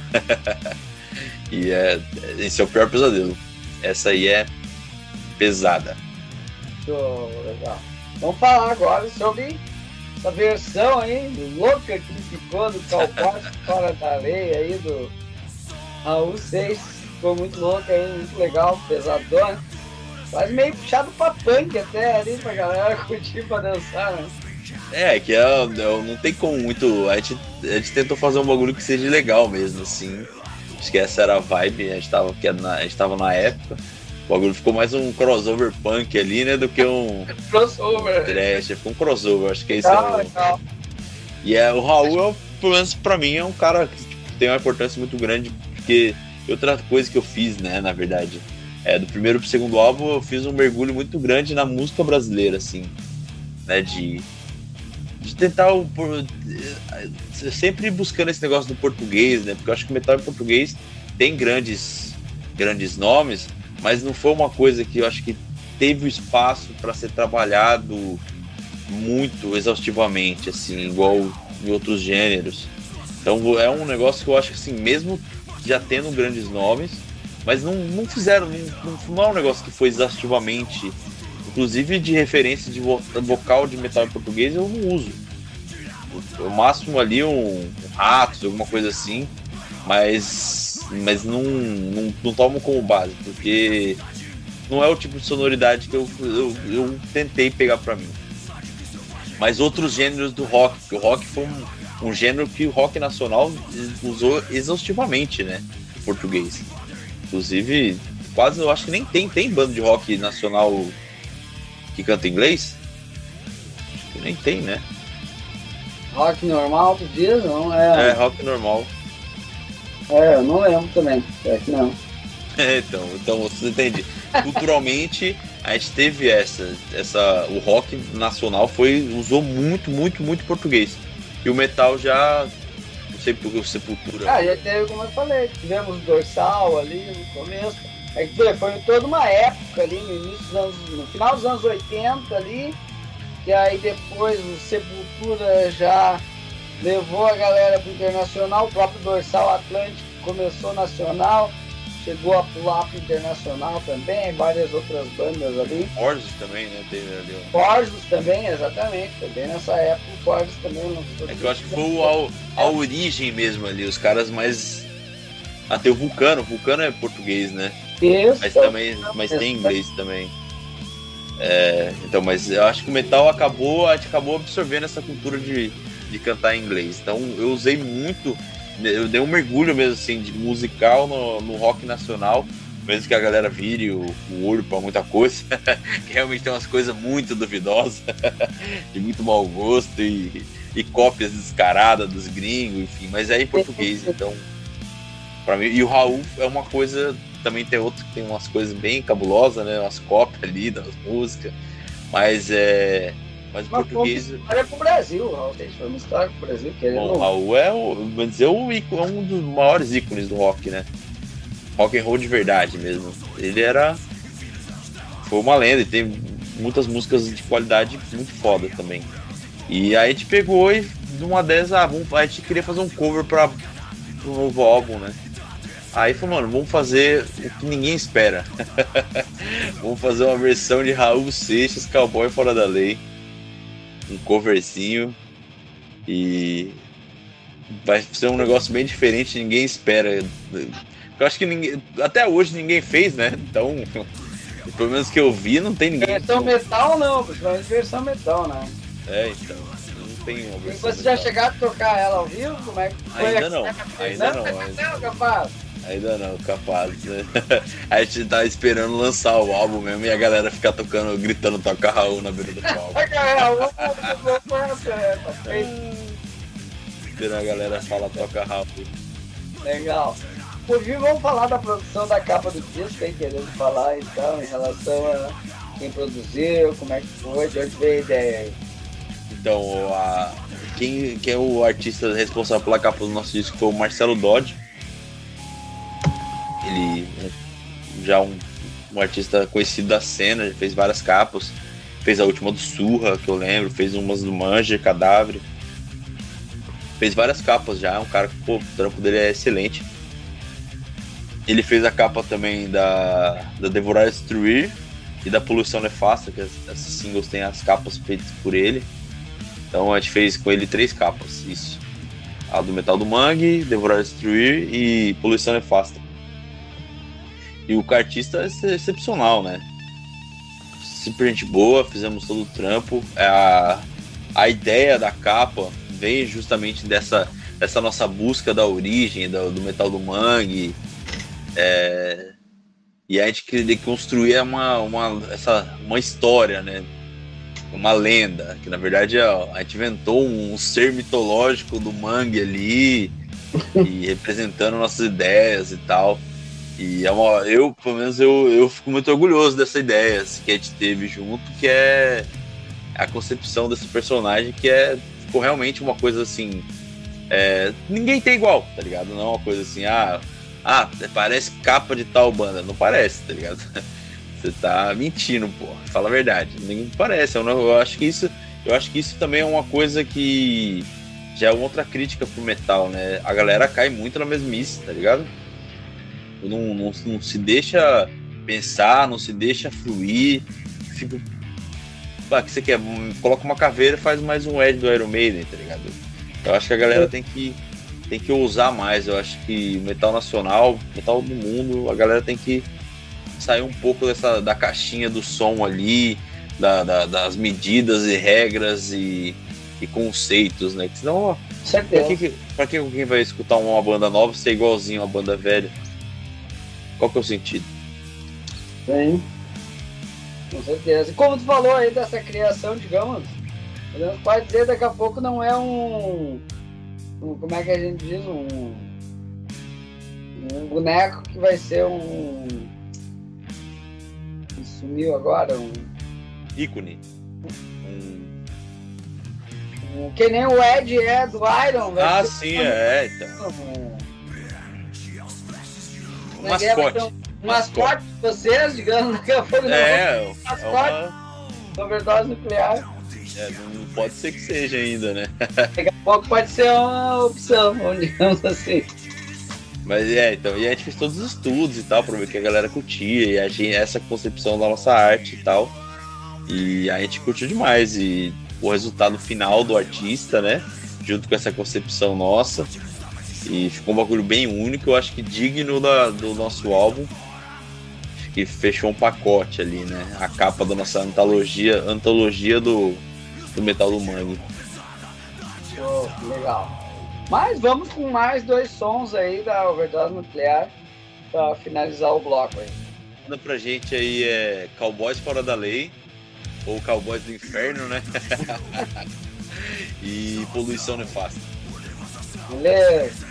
E esse é o Pior Pesadelo, essa aí é pesada. Show, legal. Vamos falar agora sobre essa versão aí louca que ficou do Cowboy Fora da Lei aí do Raul Seixas, ficou muito louca aí, muito legal, pesadona, quase meio puxado pra punk até ali pra galera curtir, pra dançar, né? Não tem como muito, a gente tentou fazer um bagulho que seja legal mesmo, assim, acho que essa era a vibe, a gente tava na época. O bagulho ficou mais um crossover punk ali, né, do que um crossover. Trash, ficou um crossover, acho que é isso. Legal. E o Raul, pelo menos pra mim, é um cara que tem uma importância muito grande, porque outra coisa que eu fiz, né, na verdade, do primeiro pro segundo álbum, eu fiz um mergulho muito grande na música brasileira, assim, né, de tentar sempre buscando esse negócio do português, né, porque eu acho que o metal em português tem grandes nomes, mas não foi uma coisa que eu acho que teve o espaço para ser trabalhado muito exaustivamente, assim, igual em outros gêneros. Então é um negócio que eu acho que, assim, mesmo já tendo grandes nomes, mas não fizeram, não é um negócio que foi exaustivamente, inclusive de referência de vocal de metal em português eu não uso. O máximo ali um Ratos, alguma coisa assim, mas não tomo como base, porque não é o tipo de sonoridade que eu tentei pegar pra mim. Mas outros gêneros do rock, porque o rock foi um gênero que o rock nacional usou exaustivamente, né, em português. Inclusive, quase eu acho que nem tem banda de rock nacional que canta inglês. nem tem, né? Rock normal, tu diz? Não é? É, rock normal. É, eu não lembro também. É que não. Então você entende. Culturalmente, a gente teve o rock nacional usou muito, muito, muito português. E o metal já, não sei porque o Sepultura. Ah, já teve, como eu falei, tivemos Dorsal ali no começo. É que foi toda uma época ali, no final dos anos 80 ali, e aí depois o Sepultura já levou a galera pro internacional, o próprio Dorsal Atlântico começou nacional, chegou a pular pro internacional também, várias outras bandas ali. Forges também, né? Teve ali. Forges também, exatamente, também nessa época o Forges também lançou. É que eu acho que foi a origem mesmo ali, os caras mais. Até o Vulcano é português, né? Isso. Mas tem inglês também. Então, mas eu acho que o metal a gente acabou absorvendo essa cultura de cantar em inglês. Então eu usei muito, eu dei um mergulho mesmo assim de musical no rock nacional, mesmo que a galera vire o olho pra muita coisa, que realmente tem umas coisas muito duvidosas, de muito mau gosto e cópias descaradas dos gringos, enfim, mas é em português, então pra mim. E o Raul é uma coisa, também tem outro que tem umas coisas bem cabulosas, né, umas cópias ali das músicas, mas Mas o português. Foi uma história pro Brasil, o Raul Seixas foi uma história pro Brasil. Bom, o Raul é um dos maiores ícones do rock, né? Rock and roll de verdade mesmo. Ele foi uma lenda e tem muitas músicas de qualidade muito foda também. E aí a gente pegou e de uma dessas, a gente queria fazer um cover pro novo álbum, né? Aí falou, mano, vamos fazer o que ninguém espera. Vamos fazer uma versão de Raul Seixas, Cowboy Fora da Lei. Um coverzinho. E vai ser um negócio bem diferente, ninguém espera. Eu acho que até hoje ninguém fez, né? Então, pelo menos que eu vi, não tem ninguém. Versão metal não, principalmente versão metal, né? Então, não tem uma versão. E você já chegaram a tocar ela ao vivo? Como é que foi? Ainda não. Ainda não, capaz, né? A gente tá esperando lançar o álbum mesmo e a galera ficar tocando, gritando toca Raul na beira do palco. Esperando a galera falar toca Raul. Legal. Por fim, vamos falar da produção da capa do disco, quem querendo falar então, em relação a quem produziu, como é que foi, de onde veio a ideia aí. Então, quem é o artista responsável pela capa do nosso disco foi o Marcelo Dodge. Ele já um artista conhecido da cena, fez várias capas, fez a última do Surra, que eu lembro, fez umas do Manja, Cadáver, fez várias capas já, um cara que, o trampo dele é excelente. Ele fez a capa também da Devorar e Destruir e da Poluição Nefasta, que essas singles têm as capas feitas por ele. Então a gente fez com ele 3 capas, isso. A do Metal do Mangue, Devorar e Destruir e Poluição Nefasta. E o artista é excepcional, né? Super gente boa, fizemos todo o trampo. A ideia da capa veio justamente dessa nossa busca da origem do Metal do Mangue. E a gente queria construir uma história, né? Uma lenda, que na verdade a gente inventou um ser mitológico do Mangue ali, e representando nossas ideias e tal. E pelo menos eu fico muito orgulhoso dessa ideia assim, que a gente teve junto, que é a concepção desse personagem, que ficou realmente uma coisa assim, ninguém tem igual, tá ligado? Não é uma coisa assim, parece capa de tal banda, não parece, tá ligado? Você tá mentindo, pô, fala a verdade, ninguém parece. Eu acho que isso também é uma coisa que já é uma outra crítica pro metal, né? A galera cai muito na mesmice, tá ligado? Não se deixa pensar, não se deixa fluir. Fica. Que você quer? Coloca uma caveira e faz mais um Ed do Iron Maiden, tá ligado? Eu acho que a galera tem que ousar mais. Eu acho que metal nacional, metal do mundo, a galera tem que sair um pouco da caixinha do som ali, das medidas e regras e conceitos, né? Que senão, pra que alguém vai escutar uma banda nova ser igualzinho a uma banda velha? Qual que é o sentido? Sim, com certeza. E como tu falou aí dessa criação, digamos, A gente pode dizer daqui a pouco não é como é que a gente diz? Um boneco que vai ser sumiu agora, ícone. Que nem o Ed é do Iron. Sim, então. Um mascote. Um mascote de vocês, digamos, daqui a pouco mascote. Overdose nuclear. Não pode ser que seja ainda, né? Daqui a pouco pode ser uma opção, digamos assim. Mas então, e a gente fez todos os estudos e tal, pra ver que a galera curtia, e essa concepção da nossa arte e tal. E a gente curtiu demais, e o resultado final do artista, né? Junto com essa concepção nossa. E ficou um bagulho bem único, eu acho que digno do nosso álbum. Acho que fechou um pacote ali, né? A capa da nossa antologia do Metal do Mangue. Oh, legal. Mas vamos com mais 2 sons aí da Overdose Nuclear para finalizar o bloco aí. Manda pra gente aí Cowboys Fora da Lei, ou Cowboys do Inferno, né? E Poluição Nefasta. Beleza.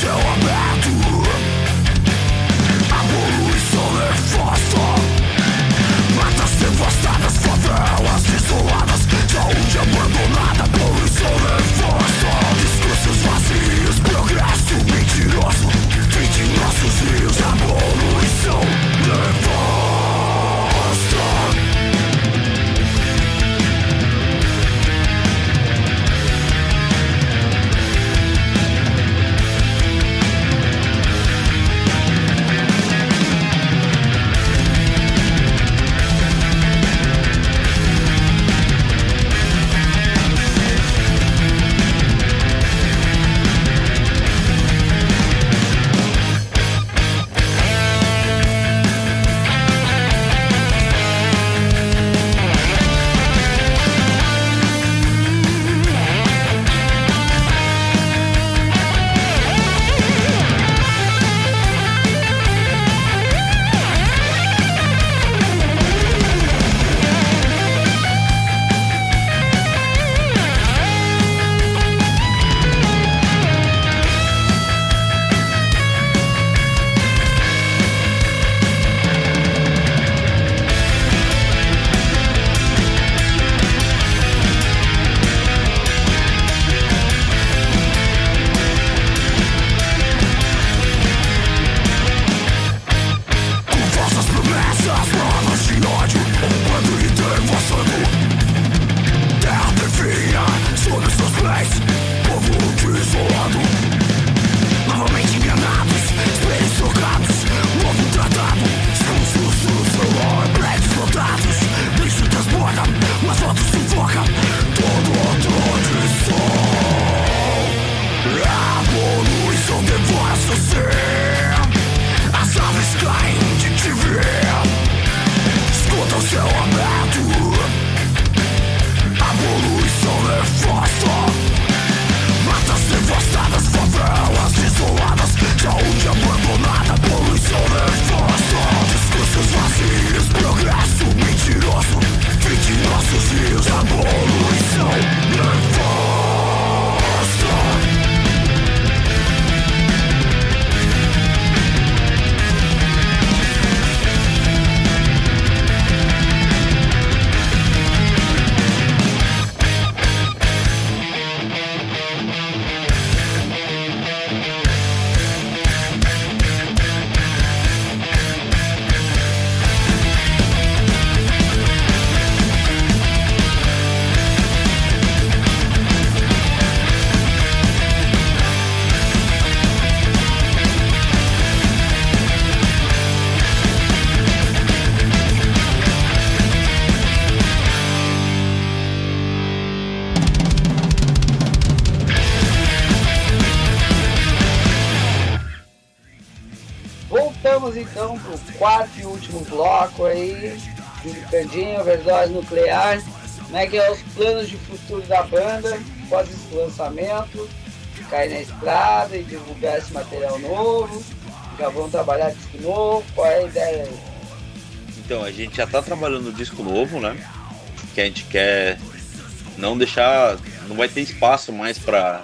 Vamos então para o quarto e último bloco aí, Candinho, Overdose Nuclear. Como é que é os planos de futuro da banda após esse lançamento? Cair na estrada e divulgar esse material novo? Já vão trabalhar disco novo? Qual é a ideia aí? Então, a gente já tá trabalhando no disco novo, né? Que a gente quer não deixar... Não vai ter espaço mais pra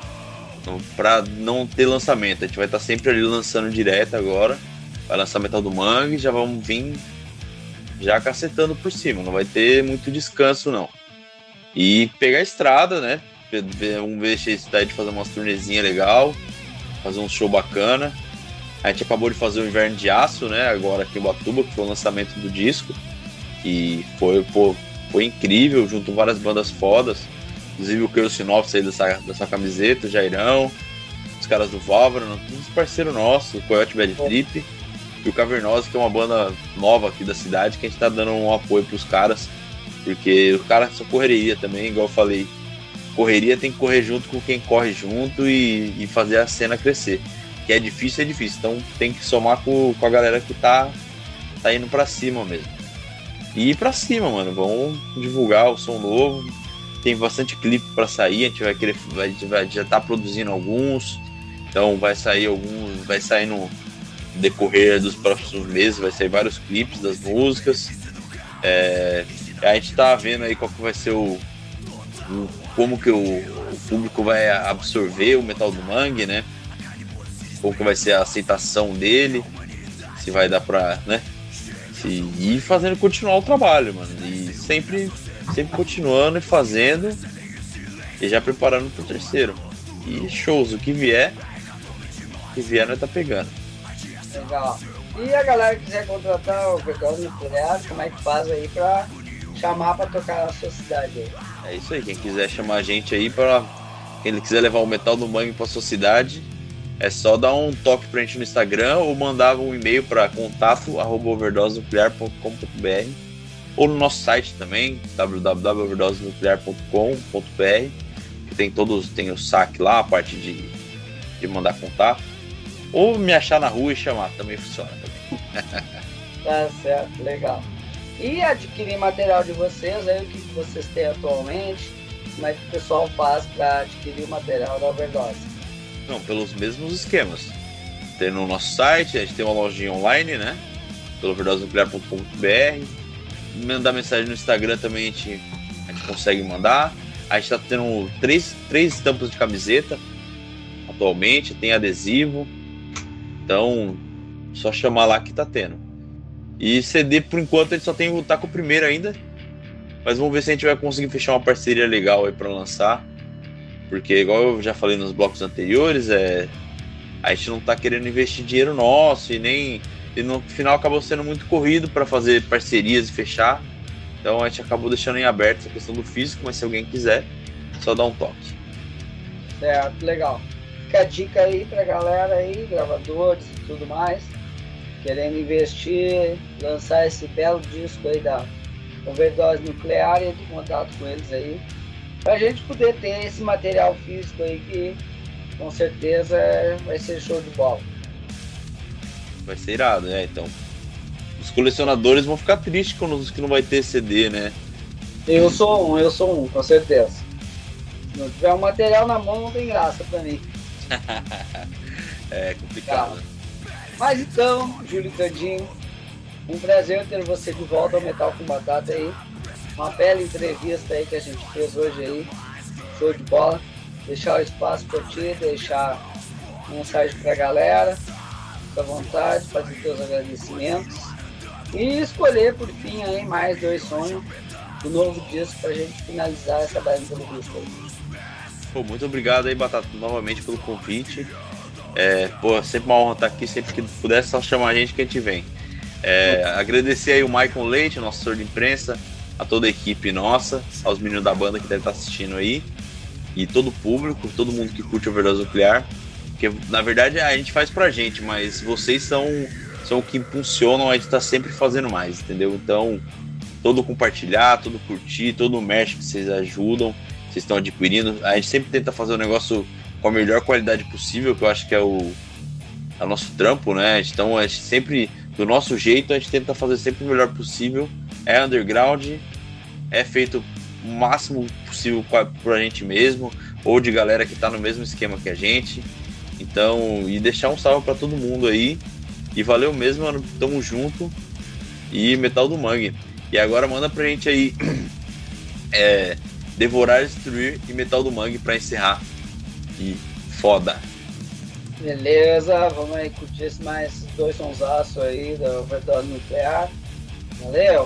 não ter lançamento. A gente vai estar sempre ali lançando direto agora. Vai lançar Metal do Mangue, já vamos vir já cacetando por cima. Não vai ter muito descanso, não. E pegar a estrada, né? Vamos ver se dá de fazer umas turnezinhas legal, fazer um show bacana. A gente acabou de fazer o Inverno de Aço, né? Agora aqui em Ubatuba, que foi o lançamento do disco. E foi incrível, junto várias bandas fodas. Inclusive o Kerosinoff aí dessa camiseta, o Jairão, os caras do Válvora, todos parceiros nossos, o Coyote Bad Trip e o Cavernosa, que é uma banda nova aqui da cidade, que a gente tá dando um apoio pros caras, porque os caras são correria também, igual eu falei. Correria tem que correr junto com quem corre junto e fazer a cena crescer. Que é difícil, então tem que somar com a galera que tá indo pra cima mesmo. E ir pra cima, mano, vamos divulgar o som novo. Tem bastante clipe pra sair, a gente vai já tá produzindo alguns. Então vai sair no decorrer dos próximos meses, vai sair vários clipes das músicas. A gente tá vendo aí qual que vai ser como que o público vai absorver o Metal do Mangue, né? como que vai ser a aceitação dele, se vai dar pra, né? E fazendo continuar o trabalho, mano. E sempre continuando e fazendo e já preparando pro terceiro. E shows, o que vier nós tá pegando. Legal. E a galera que quiser contratar o Overdose Nuclear, como é que faz aí pra chamar pra tocar na sua cidade aí? É isso aí, quem quiser chamar a gente aí pra... Quem quiser levar o Metal do Mangue pra sua cidade, é só dar um toque pra gente no Instagram ou mandar um e-mail para contato@overdosenuclear.com.br ou no nosso site também, www.overdosenuclear.com.br, que tem o saque lá, a parte de mandar contato. Ou me achar na rua e chamar, também funciona. Tá certo, legal. E adquirir material de vocês, aí o que vocês têm atualmente, como é que o pessoal faz para adquirir o material da Overdose? Não, pelos mesmos esquemas. Tem no nosso site, a gente tem uma lojinha online, né? Pelo overdosenuclear.com.br. Mandar mensagem no Instagram também a gente consegue mandar. A gente tá tendo três estampas de camiseta atualmente, tem adesivo. Então, só chamar lá que tá tendo. E CD, por enquanto, a gente só tá com o primeiro ainda. Mas vamos ver se a gente vai conseguir fechar uma parceria legal aí pra lançar. Porque, igual eu já falei nos blocos anteriores, a gente não tá querendo investir dinheiro nosso e no final acabou sendo muito corrido para fazer parcerias e fechar. Então a gente acabou deixando em aberto essa questão do físico, mas se alguém quiser, só dá um toque. Certo, legal. Fica a dica aí pra galera aí, gravadores e tudo mais, querendo investir, lançar esse belo disco aí da Overdose Nuclear, e entre em contato com eles aí, pra gente poder ter esse material físico aí que com certeza vai ser show de bola. Vai ser irado, né? Então, os colecionadores vão ficar tristes quando que não vai ter CD, né? Eu sou um, com certeza. Se não tiver um material na mão, não tem graça pra mim. É complicado. Tá. Mas então, Júlio Candinho, um prazer ter você de volta ao Metal com Batata aí. Uma bela entrevista aí que a gente fez hoje aí. Show de bola. Deixar o espaço para ti, deixar mensagem pra galera. Fica à vontade, fazer teus agradecimentos. E escolher por fim aí mais 2 sonhos do novo disco pra gente finalizar essa bela entrevista aí. Pô, muito obrigado aí, Batata, novamente pelo convite. Sempre uma honra estar aqui, sempre que puder, só chamar a gente que a gente vem. Agradecer aí o Maicon Leite, nosso assessor de imprensa, a toda a equipe nossa, aos meninos da banda que devem estar assistindo aí, e todo o público, todo mundo que curte Overdose Nuclear, porque na verdade a gente faz pra gente, mas vocês são o que impulsionam a gente estar sempre fazendo mais, entendeu? Então, todo compartilhar, todo curtir, todo o merch que vocês ajudam, vocês estão adquirindo, a gente sempre tenta fazer o negócio com a melhor qualidade possível, que eu acho que é o nosso trampo, né? Então a gente sempre, do nosso jeito, a gente tenta fazer sempre o melhor possível. É underground, é feito o máximo possível por a gente mesmo, ou de galera que tá no mesmo esquema que a gente. Então, e deixar um salve pra todo mundo aí. E valeu mesmo, mano, tamo junto. E Metal do Mangue. E agora manda pra gente aí Devorar, Destruir e Metal do Mangue pra encerrar. E foda. Beleza, vamos aí curtir mais 2 sonsaços aí da Overdose Nuclear. Valeu!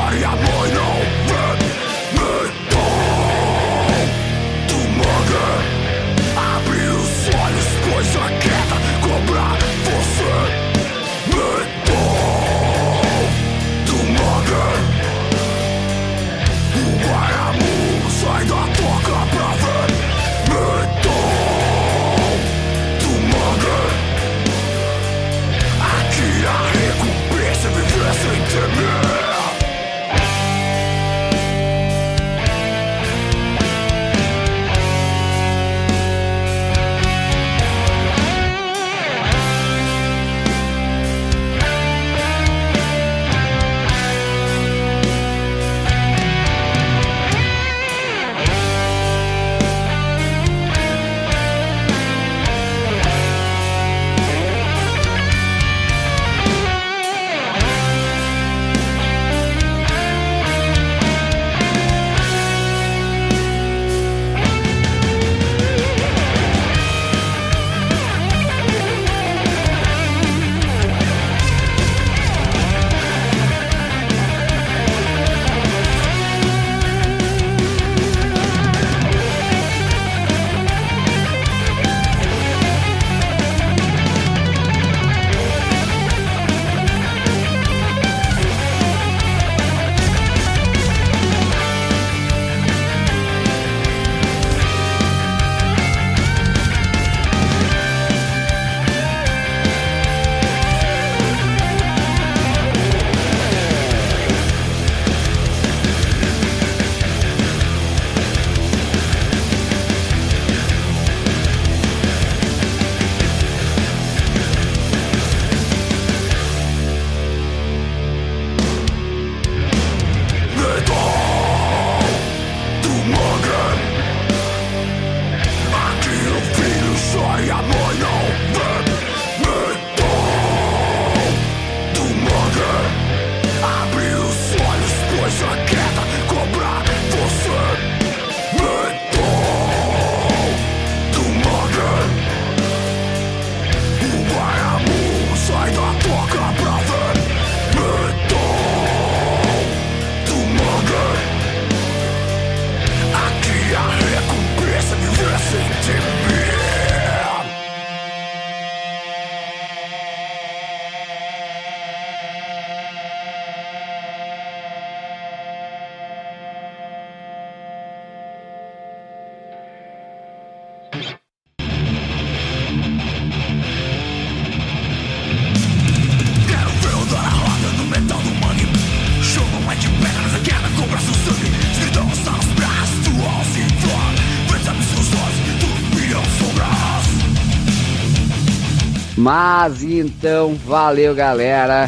Mas então, valeu galera,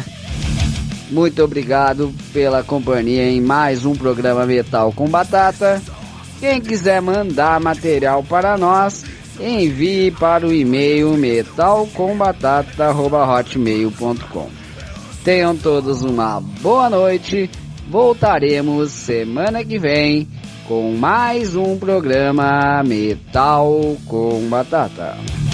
muito obrigado pela companhia em mais um programa Metal com Batata. Quem quiser mandar material para nós, envie para o e-mail metalcombatata@hotmail.com. Tenham todos uma boa noite, voltaremos semana que vem com mais um programa Metal com Batata.